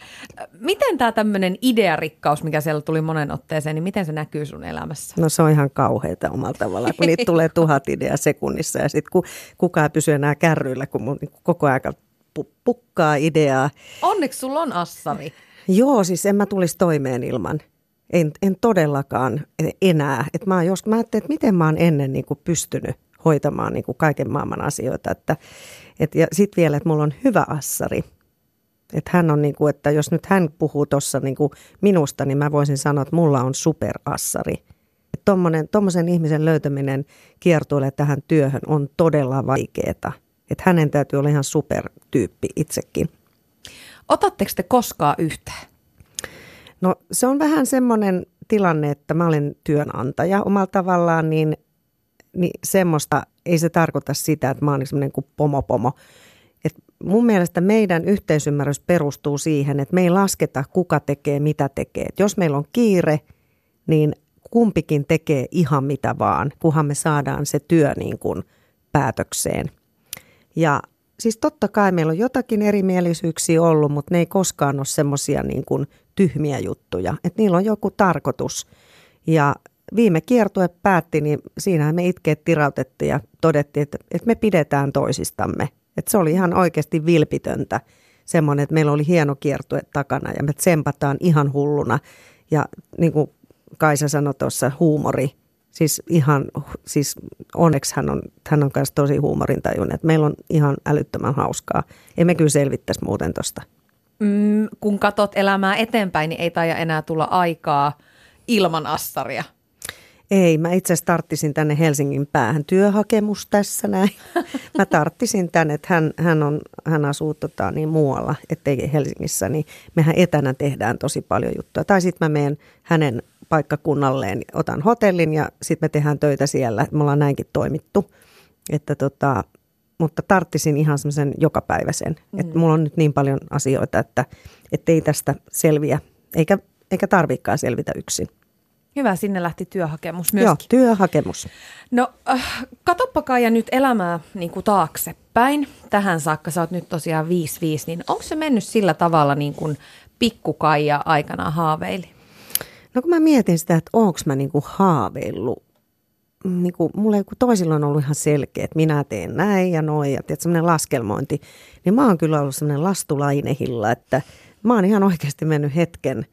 Miten tämä tämmöinen idearikkaus, mikä siellä tuli monen otteeseen, niin miten se näkyy sun elämässä? No se on ihan kauheita omalla tavallaan, kun niitä tulee tuhat ideaa sekunnissa ja sitten ku, kukaan pysyy enää kärryillä, kun mun koko ajan pukkaa ideaa. Onneksi sulla on assari. Joo, siis en mä tulisi toimeen ilman. En, en todellakaan enää. Et mä, jos, mä ajattelin, että miten mä oon ennen niin kuin pystynyt hoitamaan niin kuin kaiken maailman asioita. Että, Et, ja sitten vielä, että mulla on hyvä assari. Että hän on niin kuin, että jos nyt hän puhuu tuossa niin kuin minusta, niin mä voisin sanoa, että mulla on superassari. Että tommosen ihmisen löytäminen kiertueelle tähän työhön on todella vaikeaa. Että hänen täytyy olla ihan supertyyppi itsekin. Otatteko te koskaan yhteen? No se on vähän semmoinen tilanne, että mä olen työnantaja omalla tavallaan, niin, niin semmoista ei se tarkoita sitä, että mä olen semmoinen kuin pomo-pomo. Et mun mielestä meidän yhteisymmärrys perustuu siihen, että me ei lasketa, kuka tekee, mitä tekee. Et jos meillä on kiire, niin kumpikin tekee ihan mitä vaan, kunhan me saadaan se työ niin kuin päätökseen. Ja siis totta kai meillä on jotakin erimielisyyksiä ollut, mutta ne ei koskaan ole semmoisia niin kuin tyhmiä juttuja. Että niillä on joku tarkoitus. Ja viime kiertue päätti, niin siinähän me itkeet tirautettiin ja todettiin, että, että me pidetään toisistamme. Että se oli ihan oikeasti vilpitöntä semmoinen, että meillä oli hieno kiertue takana ja me tsempataan ihan hulluna. Ja niin kuin Kaisa sanoi tuossa, huumori. Siis ihan, siis onneksi hän on, hän on myös tosi huumorintajuinen, että meillä on ihan älyttömän hauskaa. Emme kyllä selvittäisi muuten tuosta. Mm, kun katot elämää eteenpäin, niin ei taida enää tulla aikaa ilman assaria. Ei, mä itse asiassa tarttisin tänne Helsingin päähän. Työhakemus tässä näin. Mä tarttisin tänne, että hän, hän, on, hän asuu tota, niin muualla, ettei Helsingissä, niin mehän etänä tehdään tosi paljon juttuja. Tai sitten mä menen hänen paikkakunnalleen, otan hotellin ja sitten me tehdään töitä siellä. Me ollaan näinkin toimittu, että tota, mutta tarttisin ihan semmoisen jokapäiväisen. Mm. Että mulla on nyt niin paljon asioita, että ei tästä selviä, eikä, eikä tarvikaan selvitä yksin. Hyvä, sinne lähti työhakemus myöskin. Joo, työhakemus. No, äh, katoppa Kaija nyt elämää niin kuin taaksepäin. Tähän saakka sä oot nyt tosiaan viisi viisi, niin onko se mennyt sillä tavalla niin kuin pikku Kaija aikanaan haaveili? No kun mä mietin sitä, että onko mä niin kuin haaveillut, niin kuin, mulla ei toisilla on ollut ihan selkeä, että minä teen näin ja noin ja tiedät, semmoinen laskelmointi, niin mä oon kyllä ollut semmoinen lastulainehilla, että mä oon ihan oikeasti mennyt hetken,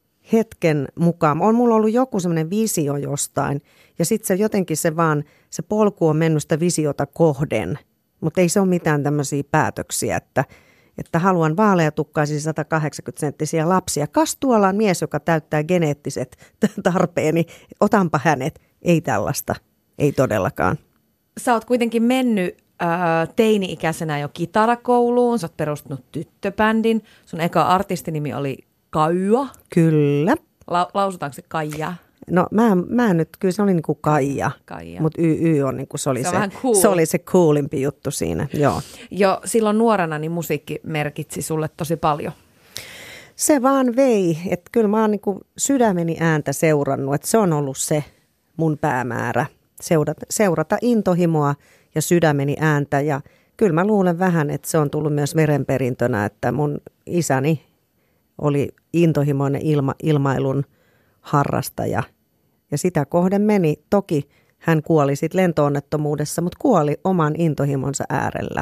hetken mukaan. On mulla ollut joku semmoinen visio jostain ja sitten se jotenkin se vaan, se polku on mennyt sitä visiota kohden, mutta ei se ole mitään tämmöisiä päätöksiä, että että haluan vaaleatukkaisia sata kahdeksankymmentä senttisiä lapsia. Kas tuolla on mies, joka täyttää geneettiset tarpeeni. Otanpa hänet. Ei tällaista. Ei todellakaan. Sä oot kuitenkin mennyt äh, teini-ikäisenä jo kitarakouluun. Sä oot perustanut tyttöbändin. Sun eka artistinimi oli Kaija. Kyllä. La- lausutaanko se Kaija? No mä, mä nyt, kyllä se oli niin kuin Kaija, Kaija. Mutta Y Y on niin kuin se oli se, se, on cool. se oli se coolimpi juttu siinä, joo. Jo silloin nuorena niin musiikki merkitsi sulle tosi paljon. Se vaan vei, että kyllä mä oon niin kuin sydämeni ääntä seurannut, että se on ollut se mun päämäärä, seurata, seurata intohimoa ja sydämeni ääntä ja kyllä mä luulen vähän, että se on tullut myös verenperintönä, että mun isäni oli intohimoinen ilma, ilmailun harrastaja. Ja sitä kohden meni. Toki hän kuoli sitten lentoonnettomuudessa, mutta kuoli oman intohimonsa äärellä.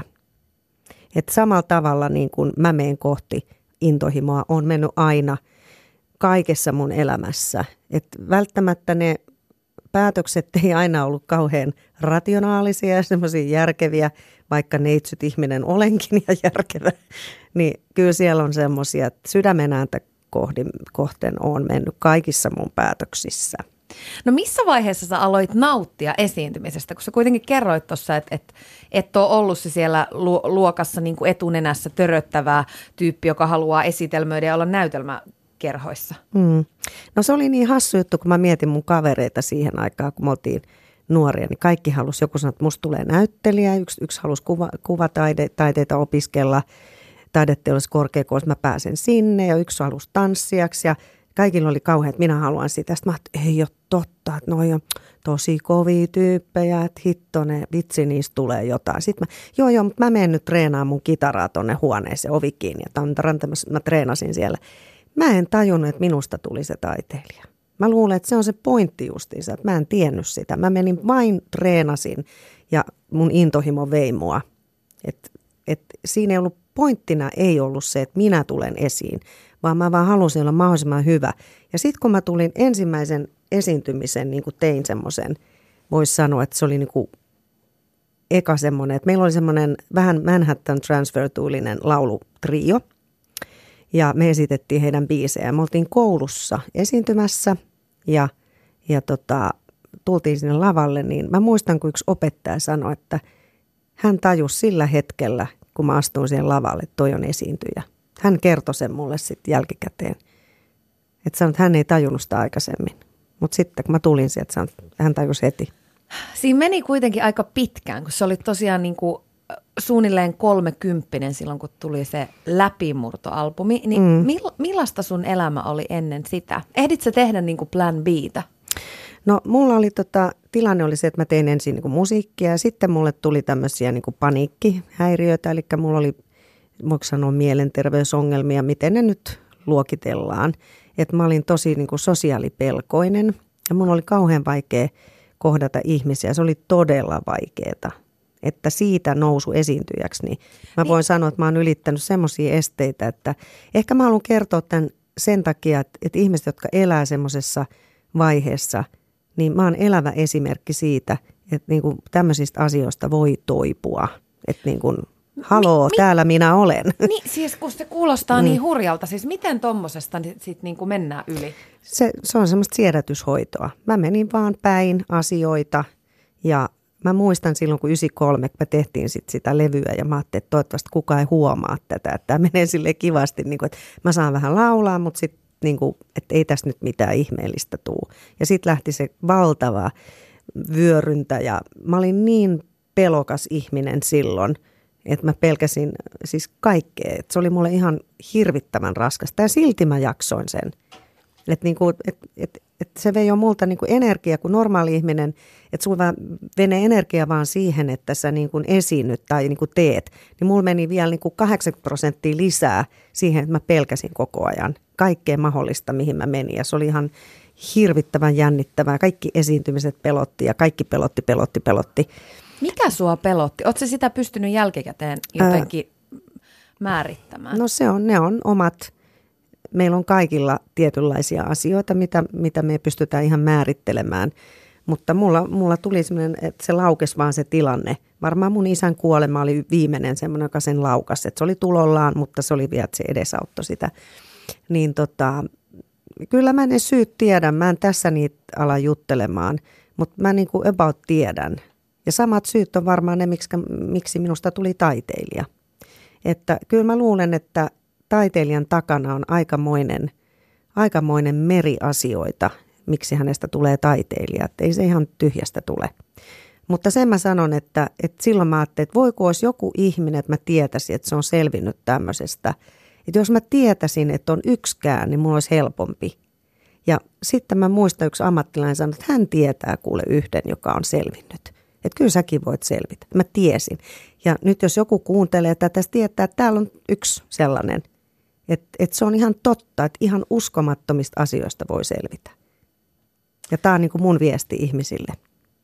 Et samalla tavalla niin kuin mä menen kohti intohimoa, on mennyt aina kaikessa mun elämässä. Et välttämättä ne päätökset ei aina ollut kauhean rationaalisia ja semmoisia järkeviä, vaikka neitsyt ihminen olenkin ja järkevä. Niin kyllä siellä on semmoisia, että sydämen ääntä kohten on mennyt kaikissa mun päätöksissä. No missä vaiheessa sä aloit nauttia esiintymisestä, kun sä kuitenkin kerroit tuossa, että et, et ole ollut se siellä luokassa niin kuin etunenässä töröttävää tyyppi, joka haluaa esitelmöidä ja olla näytelmäkerhoissa? Mm. No se oli niin hassu juttu, kun mä mietin mun kavereita siihen aikaan, kun me oltiin nuoria, niin kaikki halusi, joku sanoi, että musta tulee näyttelijä, yksi, yksi halusi kuva, kuvataiteita opiskella, taideteollisessa korkeakoulussa mä pääsen sinne ja yksi halusi tanssijaksi ja kaikilla oli kauhean, että minä haluan sitä. Sitten mä ajattelin, ei ole totta, että noi on tosi kovia tyyppejä, että hitto ne, vitsi niistä tulee jotain. Sitten mä, joo joo, mutta mä menen nyt treenaamaan mun kitaraa tonne huoneeseen, ovi kiinni ja tantaran, mä treenasin siellä. Mä en tajunnut, että minusta tuli se taiteilija. Mä luulen, että se on se pointti justiinsa, että mä en tiennyt sitä. Mä menin vain treenasin ja mun intohimo vei mua. Että et siinä ei ollut pointtina ei ollut se, että minä tulen esiin, vaan mä vaan halusin olla mahdollisimman hyvä. Ja sitten kun mä tulin ensimmäisen esiintymisen, niin kuin tein semmoisen, voisi sanoa, että se oli niin kuin eka semmoinen, että meillä oli semmoinen vähän Manhattan Transfer-tyylinen laulutrio. Ja me esitettiin heidän biisejä. Me oltiin koulussa esiintymässä ja, ja tota, tultiin sinne lavalle, niin mä muistan, kun yksi opettaja sanoi, että hän tajusi sillä hetkellä, kun mä astuin siihen lavalle, että toi on esiintyjä. Hän kertoi sen mulle sitten jälkikäteen. Että sanoi, että hän ei tajunnut sitä aikaisemmin. Mutta sitten kun mä tulin sieltä, sanoi, että hän tajusi heti. Siinä meni kuitenkin aika pitkään, kun se oli tosiaan niin kuin suunnilleen kolmekymppinen silloin, kun tuli se läpimurtoalbumi. Niin mm. millaista sun elämä oli ennen sitä? Ehdit sä tehdä niin kuin Plan B:tä? No mulla oli tota, tilanne oli se, että mä tein ensin niin kuin musiikkia ja sitten mulle tuli tämmöisiä niin kuin paniikkihäiriöitä. Eli mulla oli, voiko sanoa, mielenterveysongelmia, miten ne nyt luokitellaan. Että mä olin tosi niin kuin sosiaalipelkoinen ja mun oli kauhean vaikea kohdata ihmisiä. Se oli todella vaikeaa. Että siitä nousu esiintyjäksi, niin mä voin niin sanoa, että mä oon ylittänyt semmoisia esteitä, että ehkä mä haluan kertoa tämän sen takia, että, että ihmiset, jotka elää semmoisessa vaiheessa, niin mä oon elävä esimerkki siitä, että niin kuin tämmöisistä asioista voi toipua. Että niin kuin, haloo, mi, täällä mi, minä olen. Niin, siis kun se kuulostaa mm. niin hurjalta, siis miten tommosesta sitten niin kuin mennään yli? Se, se on semmoista siedätyshoitoa. Mä menin vaan päin asioita ja mä muistan silloin, kun yhdeksänkymmentäkolme, kun me tehtiin sit sitä levyä ja mä ajattelin, että toivottavasti kukaan ei huomaa tätä. Että tämä menee silleen kivasti, niin kuin, että mä saan vähän laulaa, mutta sitten niin kuin, että ei tässä nyt mitään ihmeellistä tuu. Ja sitten lähti se valtava vyöryntä ja mä olin niin pelokas ihminen silloin, että mä pelkäsin siis kaikkea. Että se oli mulle ihan hirvittävän raskasta ja silti mä jaksoin sen. Että niinku, et, et, et se vei jo multa niinku energia kuin normaali ihminen, että sulla vaan menee energia vaan siihen, että sä niinku esiinnyt tai niinku teet. Niin mulla meni vielä niinku kahdeksankymmentä prosenttia lisää siihen, että mä pelkäsin koko ajan kaikkea mahdollista, mihin mä menin. Ja se oli ihan hirvittävän jännittävää. Kaikki esiintymiset pelotti ja kaikki pelotti, pelotti, pelotti. Mikä sua pelotti? Ootko sitä pystynyt jälkikäteen jotenkin Ää, määrittämään? No se on, ne on omat. Meillä on kaikilla tietynlaisia asioita, mitä, mitä me pystytään ihan määrittelemään, mutta mulla, mulla tuli semmoinen, että se laukesi vaan se tilanne. Varmaan mun isän kuolema oli viimeinen semmoinen, joka sen laukasi, että se oli tulollaan, mutta se oli vielä, että se edesauttoi sitä. Niin tota, kyllä mä ne syyt tiedän, mä en tässä niitä ala juttelemaan, mutta mä niin kuin about tiedän. Ja samat syyt on varmaan ne, miksi, miksi minusta tuli taiteilija. Että kyllä mä luulen, että taiteilijan takana on aikamoinen, aikamoinen meri asioita, miksi hänestä tulee taiteilija. Että ei se ihan tyhjästä tule. Mutta sen mä sanon, että, että silloin mä ajattelin, että voiko olisi joku ihminen, että mä tietäisin, että se on selvinnyt tämmöisestä. Että jos mä tietäisin, että on yksikään, niin mulla olisi helpompi. Ja sitten mä muistan, yksi ammattilainen sanoi, että hän tietää kuule yhden, joka on selvinnyt. Että kyllä säkin voit selvitä. Mä tiesin. Ja nyt jos joku kuuntelee tätä, tietää, että täällä on yksi sellainen. Että et se on ihan totta, että ihan uskomattomista asioista voi selvitä. Ja tämä on niin kuin mun viesti ihmisille.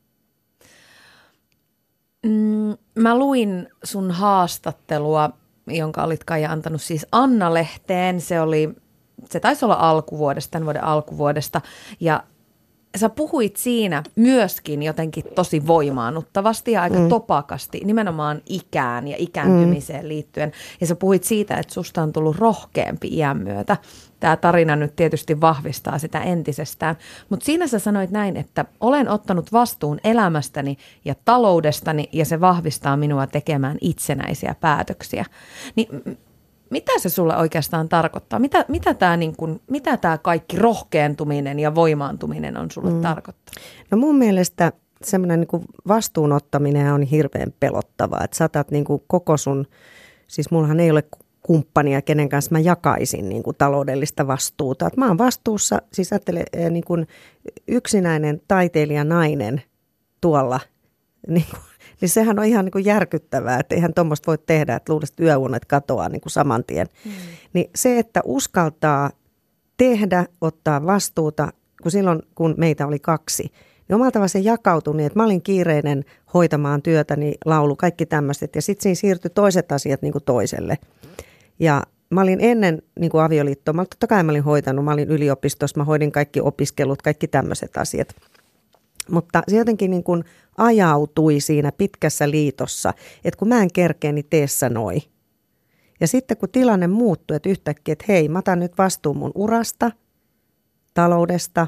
Mm, mä luin sun haastattelua, jonka olit Kaija antanut siis Anna-lehteen. Se oli, se taisi olla alkuvuodesta, tämän vuoden alkuvuodesta. Ja sä puhuit siinä myöskin jotenkin tosi voimaannuttavasti ja aika mm. topakasti nimenomaan ikään ja ikääntymiseen mm. liittyen. Ja sä puhuit siitä, että susta on tullut rohkeampi iän myötä. Tämä tarina nyt tietysti vahvistaa sitä entisestään. Mutta siinä sä sanoit näin, että olen ottanut vastuun elämästäni ja taloudestani ja se vahvistaa minua tekemään itsenäisiä päätöksiä. Niin mitä se sulle oikeastaan tarkoittaa? Mitä, mitä tämä niin kun, mitä tämä kaikki rohkeentuminen ja voimaantuminen on sulle mm. tarkoittaa? No mun mielestä semmoinen niin kuin vastuunottaminen on hirveän pelottavaa. Että saatat niin kuin koko sun, siis mullahan ei ole kumppania, kenen kanssa mä jakaisin niin kuin taloudellista vastuuta. Että mä oon vastuussa, siis ajattele niin kuin yksinäinen taiteilija nainen tuolla, niin kuin, niin sehän on ihan niin kuin järkyttävää, että eihän tuommoista voi tehdä, että luulisi, että yöunet katoaa niin kuin saman tien. Mm. Niin se, että uskaltaa tehdä, ottaa vastuuta, kun silloin kun meitä oli kaksi, niin omalla tavalla se jakautui niin, että mä olin kiireinen hoitamaan työtäni, laulu, kaikki tämmöiset. Ja sitten siinä siirtyi toiset asiat niin kuin toiselle. Ja mä olin ennen niin kuin avioliittoa, mä, totta kai mä olin hoitanut, mä olin yliopistossa, mä hoidin kaikki opiskelut, kaikki tämmöiset asiat. Mutta se jotenkin niin kuin ajautui siinä pitkässä liitossa, että kun mä en kerkeä, niin tee sä noi. Ja sitten kun tilanne muuttui, että yhtäkkiä, että hei, mä otan nyt vastuun mun urasta, taloudesta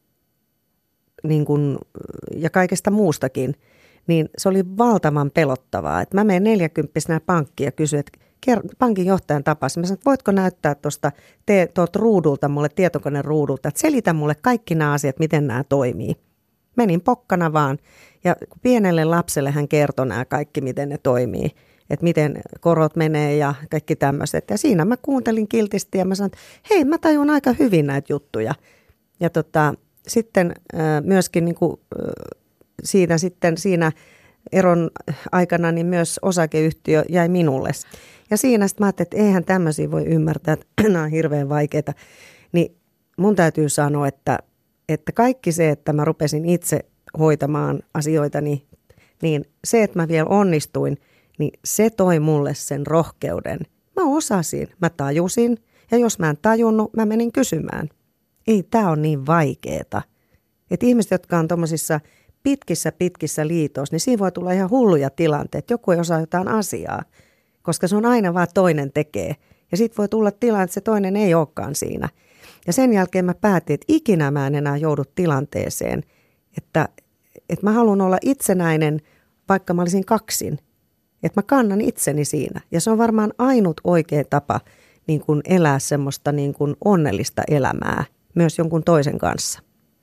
niin kuin, ja kaikesta muustakin, niin se oli valtavan pelottavaa. Että mä menen neljäkymppisenä pankkiin ja kysyin, että pankin johtajan tapasin. Mä sanoin, että voitko näyttää tuosta tuolta ruudulta, mulle tietokoneen ruudulta, että selitä mulle kaikki nämä asiat, miten nämä toimii. Menin pokkana vaan ja pienelle lapselle hän kertoi nämä kaikki, miten ne toimii. Että miten korot menee ja kaikki tämmöiset. Ja siinä mä kuuntelin kiltisti ja mä sanoin, että hei, mä tajun aika hyvin näitä juttuja. Ja tota, sitten äh, myöskin niin kuin, äh, siitä sitten siinä eron aikana niin myös osakeyhtiö jäi minulle. Ja siinä sitten mä ajattelin, että eihän tämmöisiä voi ymmärtää, että nämä on hirveän vaikeita. Niin mun täytyy sanoa, että, että kaikki se, että mä rupesin itse hoitamaan asioita, niin, niin se, että mä vielä onnistuin, niin se toi mulle sen rohkeuden. Mä osasin, mä tajusin ja jos mä en tajunnut, mä menin kysymään. Ei tää on niin vaikeeta. Että ihmiset, jotka on tommosissa pitkissä pitkissä liitoissa, niin siinä voi tulla ihan hulluja tilanteita. Joku ei osaa jotain asiaa, koska se on aina vaan toinen tekee. Ja sitten voi tulla tilanne, että se toinen ei olekaan siinä. Ja sen jälkeen mä päätin, että ikinä mä en enää joudu tilanteeseen, että, että mä haluan olla itsenäinen, vaikka mä olisin kaksin. Että mä kannan itseni siinä. Ja se on varmaan ainut oikea tapa niin kuin elää semmoista niin kuin onnellista elämää myös jonkun toisen kanssa.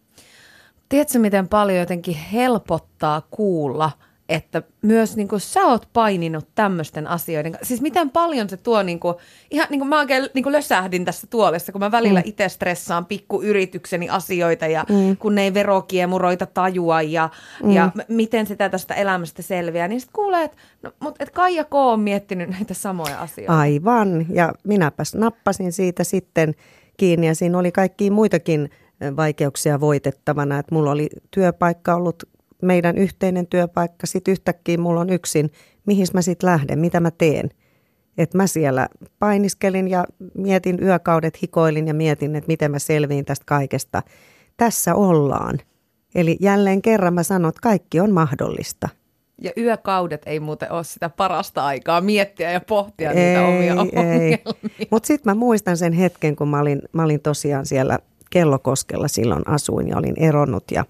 Tiedätkö, miten paljon jotenkin helpottaa kuulla, että myös niin kuin sä oot paininut tämmöisten asioiden kanssa. Siis miten paljon se tuo, niin kuin, ihan niin kuin mä oikein niin kuin lösähdin tässä tuolessa, kun mä välillä mm. itse stressaan pikkuyritykseni asioita ja mm. kun ne ei verokiemuroita tajua ja, mm. ja m- miten sitä tästä elämästä selviää. Niin sitten kuulee, että no, et Kaija K. on miettinyt näitä samoja asioita. Aivan, ja minäpäs nappasin siitä sitten kiinni ja siinä oli kaikkia muitakin vaikeuksia voitettavana, että mulla oli työpaikka ollut meidän yhteinen työpaikka, sitten yhtäkkiä mulla on yksin, mihin mä sitten lähden, mitä mä teen. Että mä siellä painiskelin ja mietin yökaudet, hikoilin ja mietin, että miten mä selviin tästä kaikesta. Tässä ollaan. Eli jälleen kerran mä sanon, että kaikki on mahdollista. Ja yökaudet ei muuten ole sitä parasta aikaa miettiä ja pohtia ei, niitä omia ongelmia. Mutta sitten mä muistan sen hetken, kun mä olin, mä olin tosiaan siellä Kellokoskella silloin asuin ja olin eronnut ja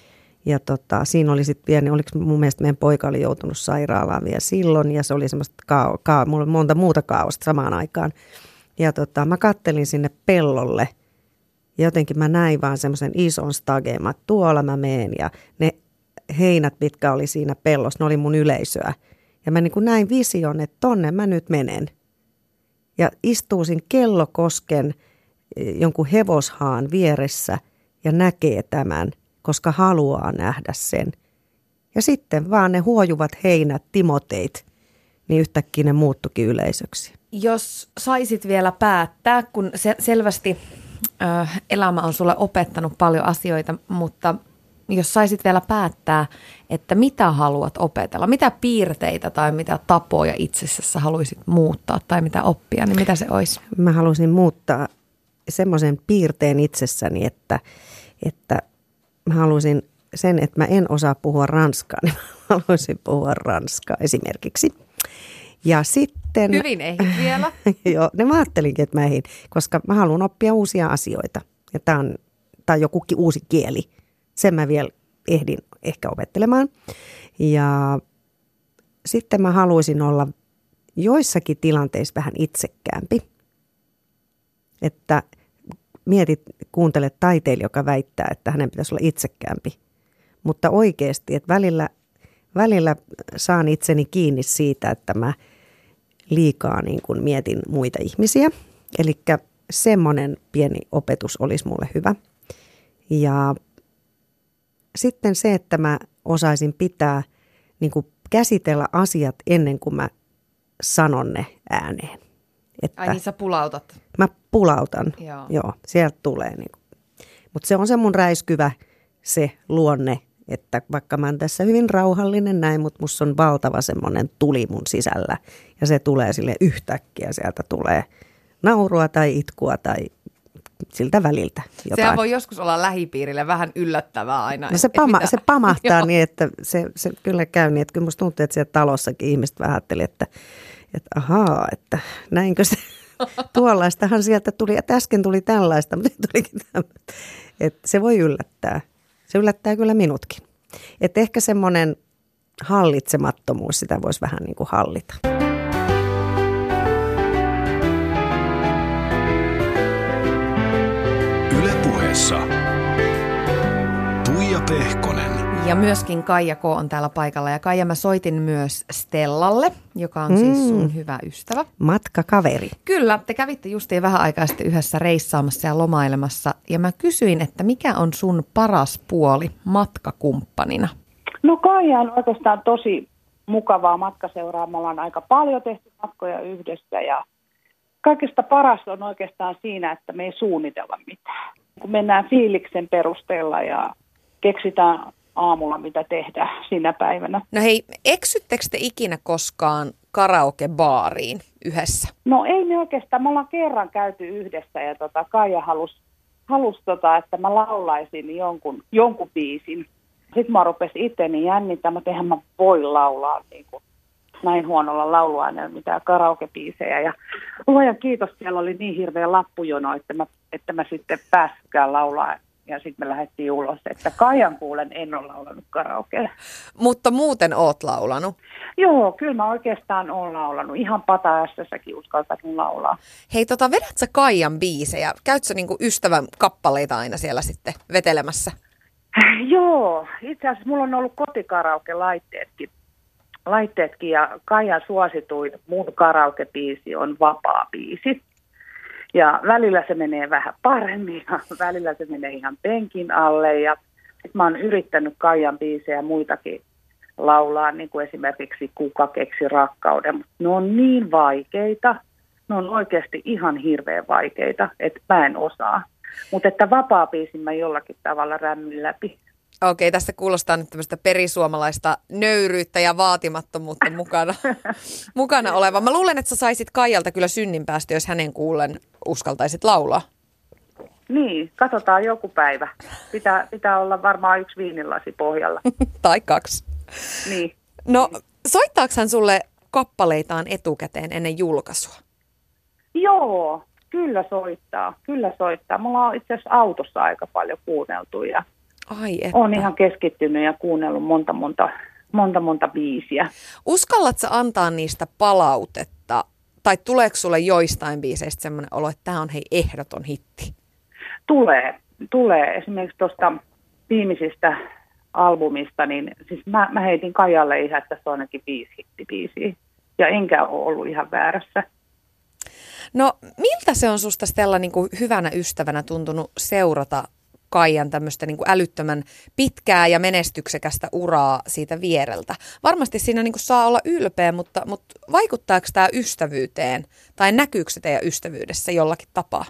Ja tota, siinä oli sitten pieni, oliko mun mielestä meidän poika oli joutunut sairaalaan vielä silloin ja se oli semmoista, kao, kao, mulla oli monta muuta kaaosta samaan aikaan. Ja tota, mä kattelin sinne pellolle ja jotenkin mä näin vaan semmoisen ison stageen, että tuolla mä meen ja ne heinät, mitkä oli siinä pellossa, ne oli mun yleisöä. Ja mä niin kuin näin vision, että tonne mä nyt menen. Ja istuusin Kellokosken jonkun hevoshaan vieressä ja näkee tämän, koska haluaa nähdä sen. Ja sitten vaan ne huojuvat heinät, timoteit, niin yhtäkkiä ne muuttukin yleisöksi. Jos saisit vielä päättää, kun se, selvästi äh, elämä on sulle opettanut paljon asioita, mutta jos saisit vielä päättää, että mitä haluat opetella, mitä piirteitä tai mitä tapoja itsessäsi haluaisit muuttaa tai mitä oppia, niin mitä se olisi? Mä haluaisin muuttaa semmoisen piirteen itsessäni, että, että mä haluaisin sen, että mä en osaa puhua ranskaa, niin mä haluaisin puhua ranskaa esimerkiksi. Ja sitten... Hyvin ehdit vielä. Joo, ne mä ajattelinkin, että mä ehdin, koska mä haluan oppia uusia asioita. Ja tää on, tää on joku uusi kieli. Sen mä vielä ehdin ehkä opettelemaan. Ja sitten mä haluaisin olla joissakin tilanteissa vähän itsekkäämpi. Että mietit, kuuntelet taiteilija, joka väittää, että hänen pitäisi olla itsekkäämpi. Mutta oikeasti, että välillä, välillä saan itseni kiinni siitä, että mä liikaa niin kuin mietin muita ihmisiä. Eli semmoinen pieni opetus olisi mulle hyvä. Ja sitten se, että mä osaisin pitää, niin kuin käsitellä asiat ennen kuin mä sanon ne ääneen. Että ai niin sä pulautat? Mä pulautan, joo, joo sieltä tulee. Niin mutta se on se mun räiskyvä se luonne, että vaikka mä oon tässä hyvin rauhallinen näin, mutta musta on valtava semmoinen tuli mun sisällä. Ja se tulee sille yhtäkkiä, sieltä tulee naurua tai itkua tai siltä väliltä jotain. Sehän voi joskus olla lähipiirille vähän yllättävää aina. No se, et, pama, mitä... se pamahtaa niin, että se, se kyllä käy niin, että kyllä musta tuntuu, että siellä talossakin ihmiset vähän ajatteli, että, että ahaa, että näinkö se, tuollaistahan sieltä tuli, että äsken tuli tällaista, mutta tulikin tämmöistä. Että se voi yllättää. Se yllättää kyllä minutkin. Että ehkä semmoinen hallitsemattomuus, sitä voisi vähän niin kuin hallita. Yle Puheessa Tuija Pehkonen. Ja myöskin Kaija K. on täällä paikalla. Ja Kaija, mä soitin myös Stellalle, joka on mm. siis sun hyvä ystävä. Matkakaveri. Kyllä, te kävitte justiin vähän aikaa sitten yhdessä reissaamassa ja lomailemassa. Ja mä kysyin, että mikä on sun paras puoli matkakumppanina? No Kaija on oikeastaan tosi mukavaa matkaseuraa. Me ollaan aika paljon tehty matkoja yhdessä ja kaikista parasta on oikeastaan siinä, että me ei suunnitella mitään. Kun mennään fiiliksen perusteella ja keksitään aamulla, mitä tehdään siinä päivänä. No hei, eksyttekö te ikinä koskaan karaokebaariin yhdessä? No ei me oikeastaan. Me ollaan kerran käyty yhdessä ja tota, Kaija halusi, halus, tota, että mä laulaisin jonkun, jonkun biisin. Sitten mä rupesin itseäni jännittämään, että eihän mä voi laulaa niin kuin näin huonolla lauluaineella mitään karaokebiisejä. Ja luojan kiitos, siellä oli niin hirveä lappujono, että mä, että mä sitten pääskään laulaa. Ja sitten me lähdettiin ulos, että Kaijan kuulen en ole laulanut karaokea. Mutta muuten oot laulanut? Joo, kyllä mä oikeastaan oon laulanut. Ihan pata-ässässäkin uskaltanut laulaa. Hei, tota, vedät sä Kaijan biisejä? Käyt sä niinku ystävän kappaleita aina siellä sitten vetelemässä? Joo, itse asiassa mulla on ollut kotikaraoke-laitteetkin. Laitteetkin ja Kaijan suosituin mun karaoke-biisi on Vapaa-biisi. Ja välillä se menee vähän paremmin ja välillä se menee ihan penkin alle. Ja sit mä oon yrittänyt Kaijan biisejä ja muitakin laulaa, niin kuin esimerkiksi Kuka keksi rakkauden. Mutta ne on niin vaikeita, ne on oikeasti ihan hirveän vaikeita, että mä en osaa. Mutta että Vapaa-biisin mä jollakin tavalla rämmyn läpi. Okei, tässä kuulostaa nyt tämmöistä perisuomalaista nöyryyttä ja vaatimattomuutta mukana, mukana oleva. Mä luulen, että sä saisit Kaijalta kyllä synninpäästö, jos hänen kuullen uskaltaisit laulaa. Niin, katsotaan joku päivä. Pitää, pitää olla varmaan yksi viinilasi pohjalla. Tai kaksi. Niin. No, soittaako hän sulle kappaleitaan etukäteen ennen julkaisua? Joo, kyllä soittaa. Kyllä soittaa. Mulla on itse asiassa autossa aika paljon kuunneltu ja Ai että. Olen ihan keskittynyt ja kuunnellut monta, monta, monta, monta biisiä. Uskallatko antaa niistä palautetta? Tai tuleeko sulle joistain biiseistä semmoinen olo, että tämä on hei ehdoton hitti? Tulee. Tulee. Esimerkiksi tuosta viimeisistä albumista, niin siis mä, mä heitin Kaijalle ihan, että se on ainakin viisi hittibiisiä. Ja enkä ole ollut ihan väärässä. No miltä se on susta Stella niin kuin hyvänä ystävänä tuntunut seurata Kaijan tämmöistä niin kuin älyttömän pitkää ja menestyksekästä uraa siitä viereltä? Varmasti siinä niin kuin saa olla ylpeä, mutta, mutta vaikuttaako tämä ystävyyteen tai näkyykö se teidän ystävyydessä jollakin tapaa?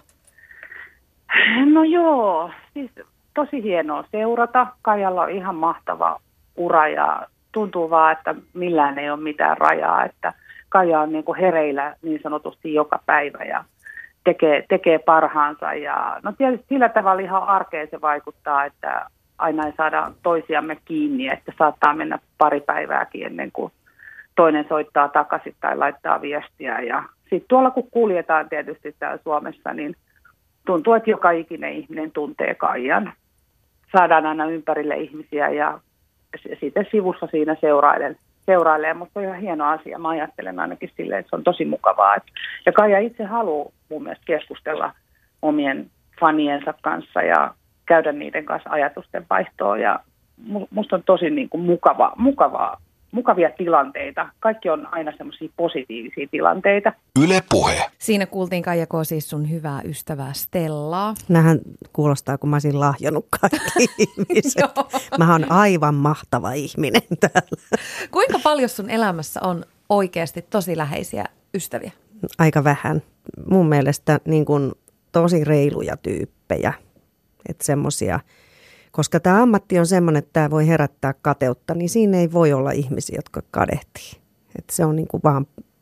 No joo, siis tosi hienoa seurata. Kaijalla on ihan mahtava ura ja tuntuu vaan, että millään ei ole mitään rajaa, että Kaija on niin kuin hereillä niin sanotusti joka päivä ja Tekee, tekee parhaansa ja no tietysti sillä tavalla ihan arkeen se vaikuttaa, että aina ei saada toisiamme kiinni, että saattaa mennä pari päivääkin ennen kuin toinen soittaa takaisin tai laittaa viestiä. Ja sitten tuolla kun kuljetaan tietysti täällä Suomessa, niin tuntuu, että joka ikinen ihminen tuntee Kaijan. Saadaan aina ympärille ihmisiä ja sitten sivussa siinä seurailen. seurailee, mutta on ihan hieno asia. Mä ajattelen ainakin silleen, että se on tosi mukavaa. Ja Kaija itse haluaa mun mielestä keskustella omien faniensa kanssa ja käydä niiden kanssa ajatusten vaihtoa. Ja musta on tosi niin kuin mukava, mukavaa, mukavia tilanteita. Kaikki on aina semmoisia positiivisia tilanteita. Yle Puhe. Siinä kuultiin Kaija K. siis sun hyvää ystävää Stellaa. Nämähän kuulostaa, kun mä olisin lahjannut kaikki ihmiset. Mä oon aivan mahtava ihminen täällä. Kuinka paljon sun elämässä on oikeasti tosi läheisiä ystäviä? Aika vähän. Mun mielestä niin kun tosi reiluja tyyppejä. Että semmosia, koska tämä ammatti on semmoinen, että tämä voi herättää kateutta, niin siinä ei voi olla ihmisiä, jotka kadehtii. Että se on niin kuin vaan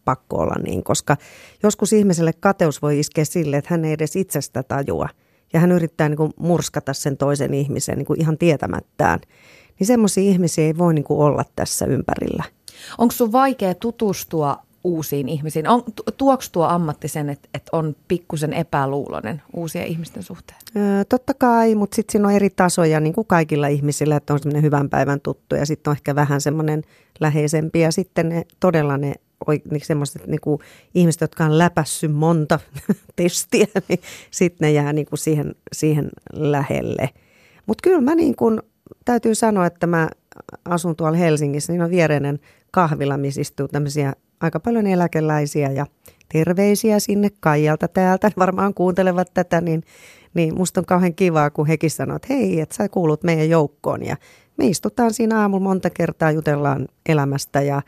pakko olla niin, koska joskus ihmiselle kateus voi iskeä sille, että hän ei edes itsestä tajua. Ja hän yrittää niin kuin murskata sen toisen ihmisen niin kuin ihan tietämättään. Niin semmoisia ihmisiä ei voi niin kuin olla tässä ympärillä. Onko sun vaikea tutustua uusiin ihmisiin? On, tuoks tuo ammatti sen, että, että on pikkusen epäluuloinen uusien ihmisten suhteen? Öö, totta kai, mutta sitten siinä on eri tasoja niin kuin kaikilla ihmisillä, että on semmoinen hyvän päivän tuttu ja sitten on ehkä vähän semmoinen läheisempi ja sitten ne todella ne niin semmoiset niin kuin ihmiset, jotka on läpässyt monta testiä, niin sitten ne jää niin kuin siihen, siihen lähelle. Mutta kyllä mä niin kuin, täytyy sanoa, että mä asun tuolla Helsingissä, niin on viereinen kahvila, missä istuu tämmöisiä aika paljon eläkeläisiä ja terveisiä sinne Kaijalta täältä, varmaan kuuntelevat tätä, niin, niin musta on kauhean kivaa, kun hekin sanoo, että hei, että sä kuulut meidän joukkoon ja me istutaan siinä aamulla monta kertaa, jutellaan elämästä ja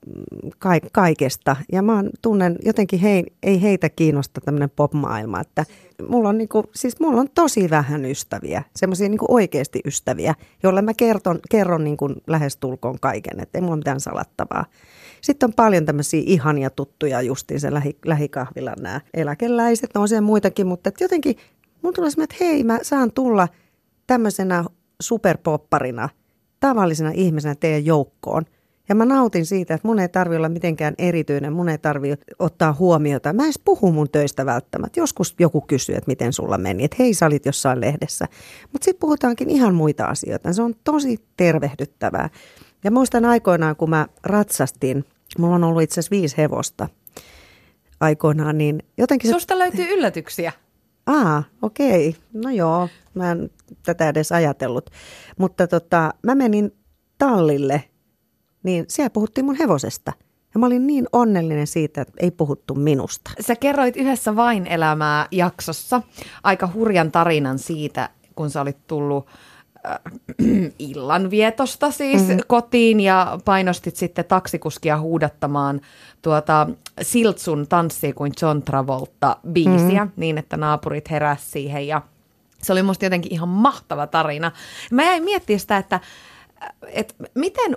ka- kaikesta. Ja mä tunnen jotenkin, hei, ei heitä kiinnosta tämmöinen pop-maailma, että mulla on, niinku, siis mulla on tosi vähän ystäviä, semmoisia niinku oikeasti ystäviä, joille mä kerton, kerron niinku lähestulkoon kaiken, että ei mulla mitään salattavaa. Sitten on paljon tämmöisiä ihania tuttuja justiin se lähi, lähikahvilan nämä eläkeläiset, on siellä muitakin, mutta jotenkin mun tulee semmoinen, että hei, mä saan tulla tämmöisenä superpopparina, tavallisena ihmisenä teidän joukkoon. Ja mä nautin siitä, että mun ei tarvitse olla mitenkään erityinen, mun ei tarvitse ottaa huomiota. Mä en edes puhu mun töistä välttämättä. Joskus joku kysyy, että miten sulla meni, että hei, sä olit jossain lehdessä. Mutta sitten puhutaankin ihan muita asioita. Se on tosi tervehdyttävää. Ja muistan aikoinaan, kun mä ratsastin, mulla on ollut itse asiassa viisi hevosta aikoinaan, niin jotenkin... Susta löytyy yllätyksiä. Aa, okei. No joo, mä en tätä edes ajatellut. Mutta tota, mä menin tallille, niin siellä puhuttiin mun hevosesta. Ja mä olin niin onnellinen siitä, että ei puhuttu minusta. Sä kerroit yhdessä Vain elämää -jaksossa aika hurjan tarinan siitä, kun sä olit tullut äh, illanvietosta siis mm-hmm. kotiin ja painostit sitten taksikuskia huudattamaan tuota Siltsun Tanssii kuin John Travolta -biisiä mm-hmm. niin, että naapurit heräsi siihen ja se oli musta jotenkin ihan mahtava tarina. Mä jäin miettimään sitä, että, että miten...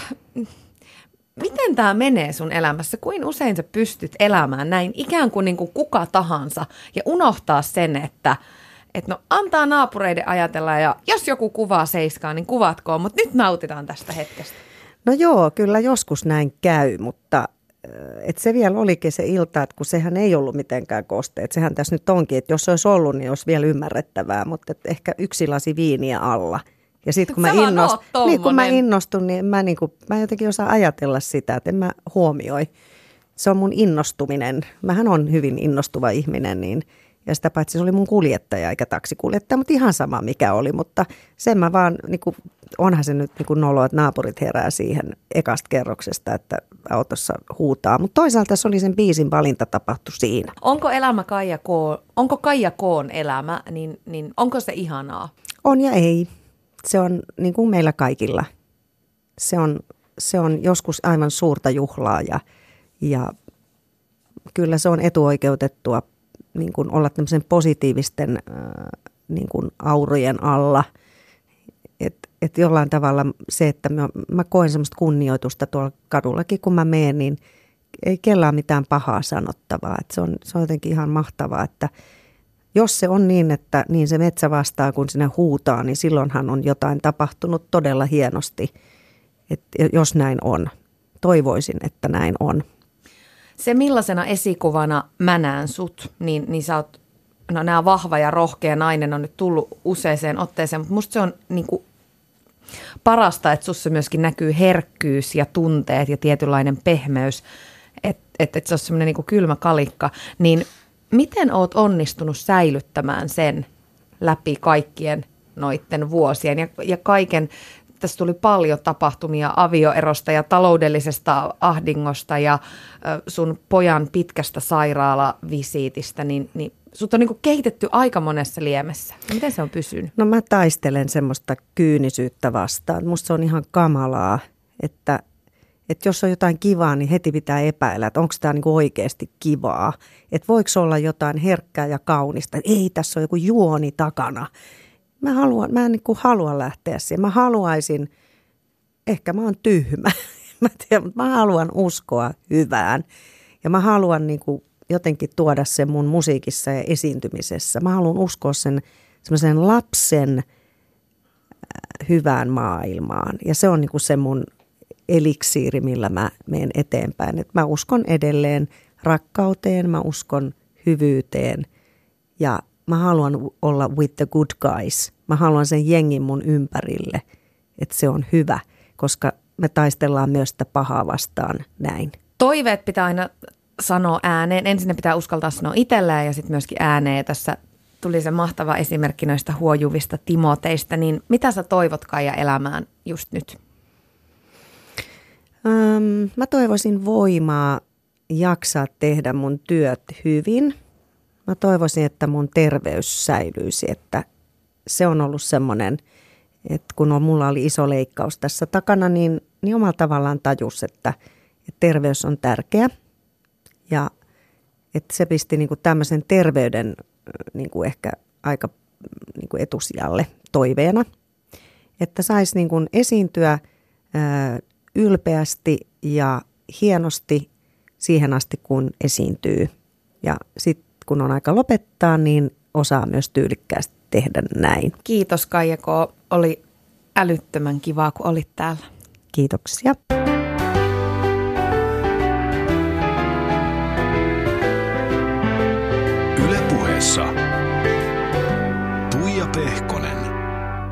Miten tämä menee sun elämässä? Kuin usein sä pystyt elämään näin ikään kuin, niin kuin kuka tahansa ja unohtaa sen, että, että no antaa naapureiden ajatella ja jos joku kuvaa seiskaa, niin kuvatkoon, mutta nyt nautitaan tästä hetkestä. No joo, kyllä joskus näin käy, mutta et se vielä olikin se ilta, että kun sehän ei ollut mitenkään kosteet. Sehän tässä nyt onkin, että jos se olisi ollut, niin olisi vielä ymmärrettävää, mutta ehkä yksi lasi viiniä alla. Ja sitten kun, niin, kun mä innostun, niin mä, niin kuin, mä jotenkin osaan ajatella sitä, että en mä huomioi. Se on mun innostuminen. Mähän on hyvin innostuva ihminen, niin, ja sitä paitsi se oli mun kuljettaja eikä taksikuljettaja, mutta ihan sama mikä oli. Mutta sen mä vaan, niin kuin, onhan se nyt niin kuin nolo, että naapurit herää siihen ekasta kerroksesta, että autossa huutaa. Mutta toisaalta se oli sen biisin valinta tapahtu siinä. Onko elämä Kaija K, onko Kaija K:n elämä, niin, niin onko se ihanaa? On ja ei. Se on niin kuin meillä kaikilla. Se on, se on joskus aivan suurta juhlaa ja, ja kyllä se on etuoikeutettua niin kuin olla tämmöisen positiivisten äh, niin kuin aurojen alla. Että et jollain tavalla se, että mä, mä koen semmoista kunnioitusta tuolla kadullakin, kun mä menen, niin ei kellään mitään pahaa sanottavaa. Et se, on, se on jotenkin ihan mahtavaa, että jos se on niin, että niin se metsä vastaa, kun sinne huutaa, niin silloinhan on jotain tapahtunut todella hienosti, että jos näin on. Toivoisin, että näin on. Se millaisena esikuvana mä näen sut, niin, niin sä oot, no nämä vahva ja rohkea nainen on nyt tullut useaseen otteeseen, mutta musta se on niin kuin parasta, että sussa myöskin näkyy herkkyys ja tunteet ja tietynlainen pehmeys, että et, et se on semmoinen niin kuin kylmä kalikka, niin miten oot onnistunut säilyttämään sen läpi kaikkien noitten vuosien ja, ja kaiken, tässä tuli paljon tapahtumia avioerosta ja taloudellisesta ahdingosta ja ö, sun pojan pitkästä sairaalavisiitistä, niin, niin sut on niinku kehitetty aika monessa liemessä. Miten se on pysynyt? No mä taistelen semmoista kyynisyyttä vastaan. Musta se on ihan kamalaa, että Että jos on jotain kivaa, niin heti pitää epäillä, että onko tämä niinku oikeasti kivaa. Että voiko olla jotain herkkää ja kaunista. Ei, tässä on joku juoni takana. Mä, haluan, mä en niinku halua lähteä siihen. Mä haluaisin, ehkä mä oon tyhmä, mä tiedän, mutta mä haluan uskoa hyvään. Ja mä haluan niin kuin jotenkin tuoda sen mun musiikissa ja esiintymisessä. Mä haluan uskoa sen semmoisen lapsen hyvään maailmaan. Ja se on niin kuin se mun eliksiiri, millä mä menen eteenpäin. Et mä uskon edelleen rakkauteen, mä uskon hyvyyteen ja mä haluan olla with the good guys. Mä haluan sen jengin mun ympärille, että se on hyvä, koska me taistellaan myös sitä pahaa vastaan näin. Toiveet pitää aina sanoa ääneen. Ensin ne pitää uskaltaa sanoa itselleen ja sitten myöskin ääneen. Tässä tuli se mahtava esimerkki noista huojuvista Timoteista. Niin mitä sä toivot, Kaija, elämään just nyt? Um, mä toivoisin voimaa jaksaa tehdä mun työt hyvin. Mä toivoisin, että mun terveys säilyisi, että se on ollut semmoinen, että kun on, mulla oli iso leikkaus tässä takana, niin, niin omalla tavallaan tajus, että, että terveys on tärkeä. Ja että se pisti niin kuin tämmöisen terveyden niin kuin ehkä aika niin kuin etusijalle toiveena, että saisi niin kuin esiintyä ää, ylpeästi ja hienosti siihen asti, kun esiintyy. Ja sitten kun on aika lopettaa, niin osaa myös tyylikkäästi tehdä näin. Kiitos, Kaija K. Oli älyttömän kivaa, kun olit täällä. Kiitoksia.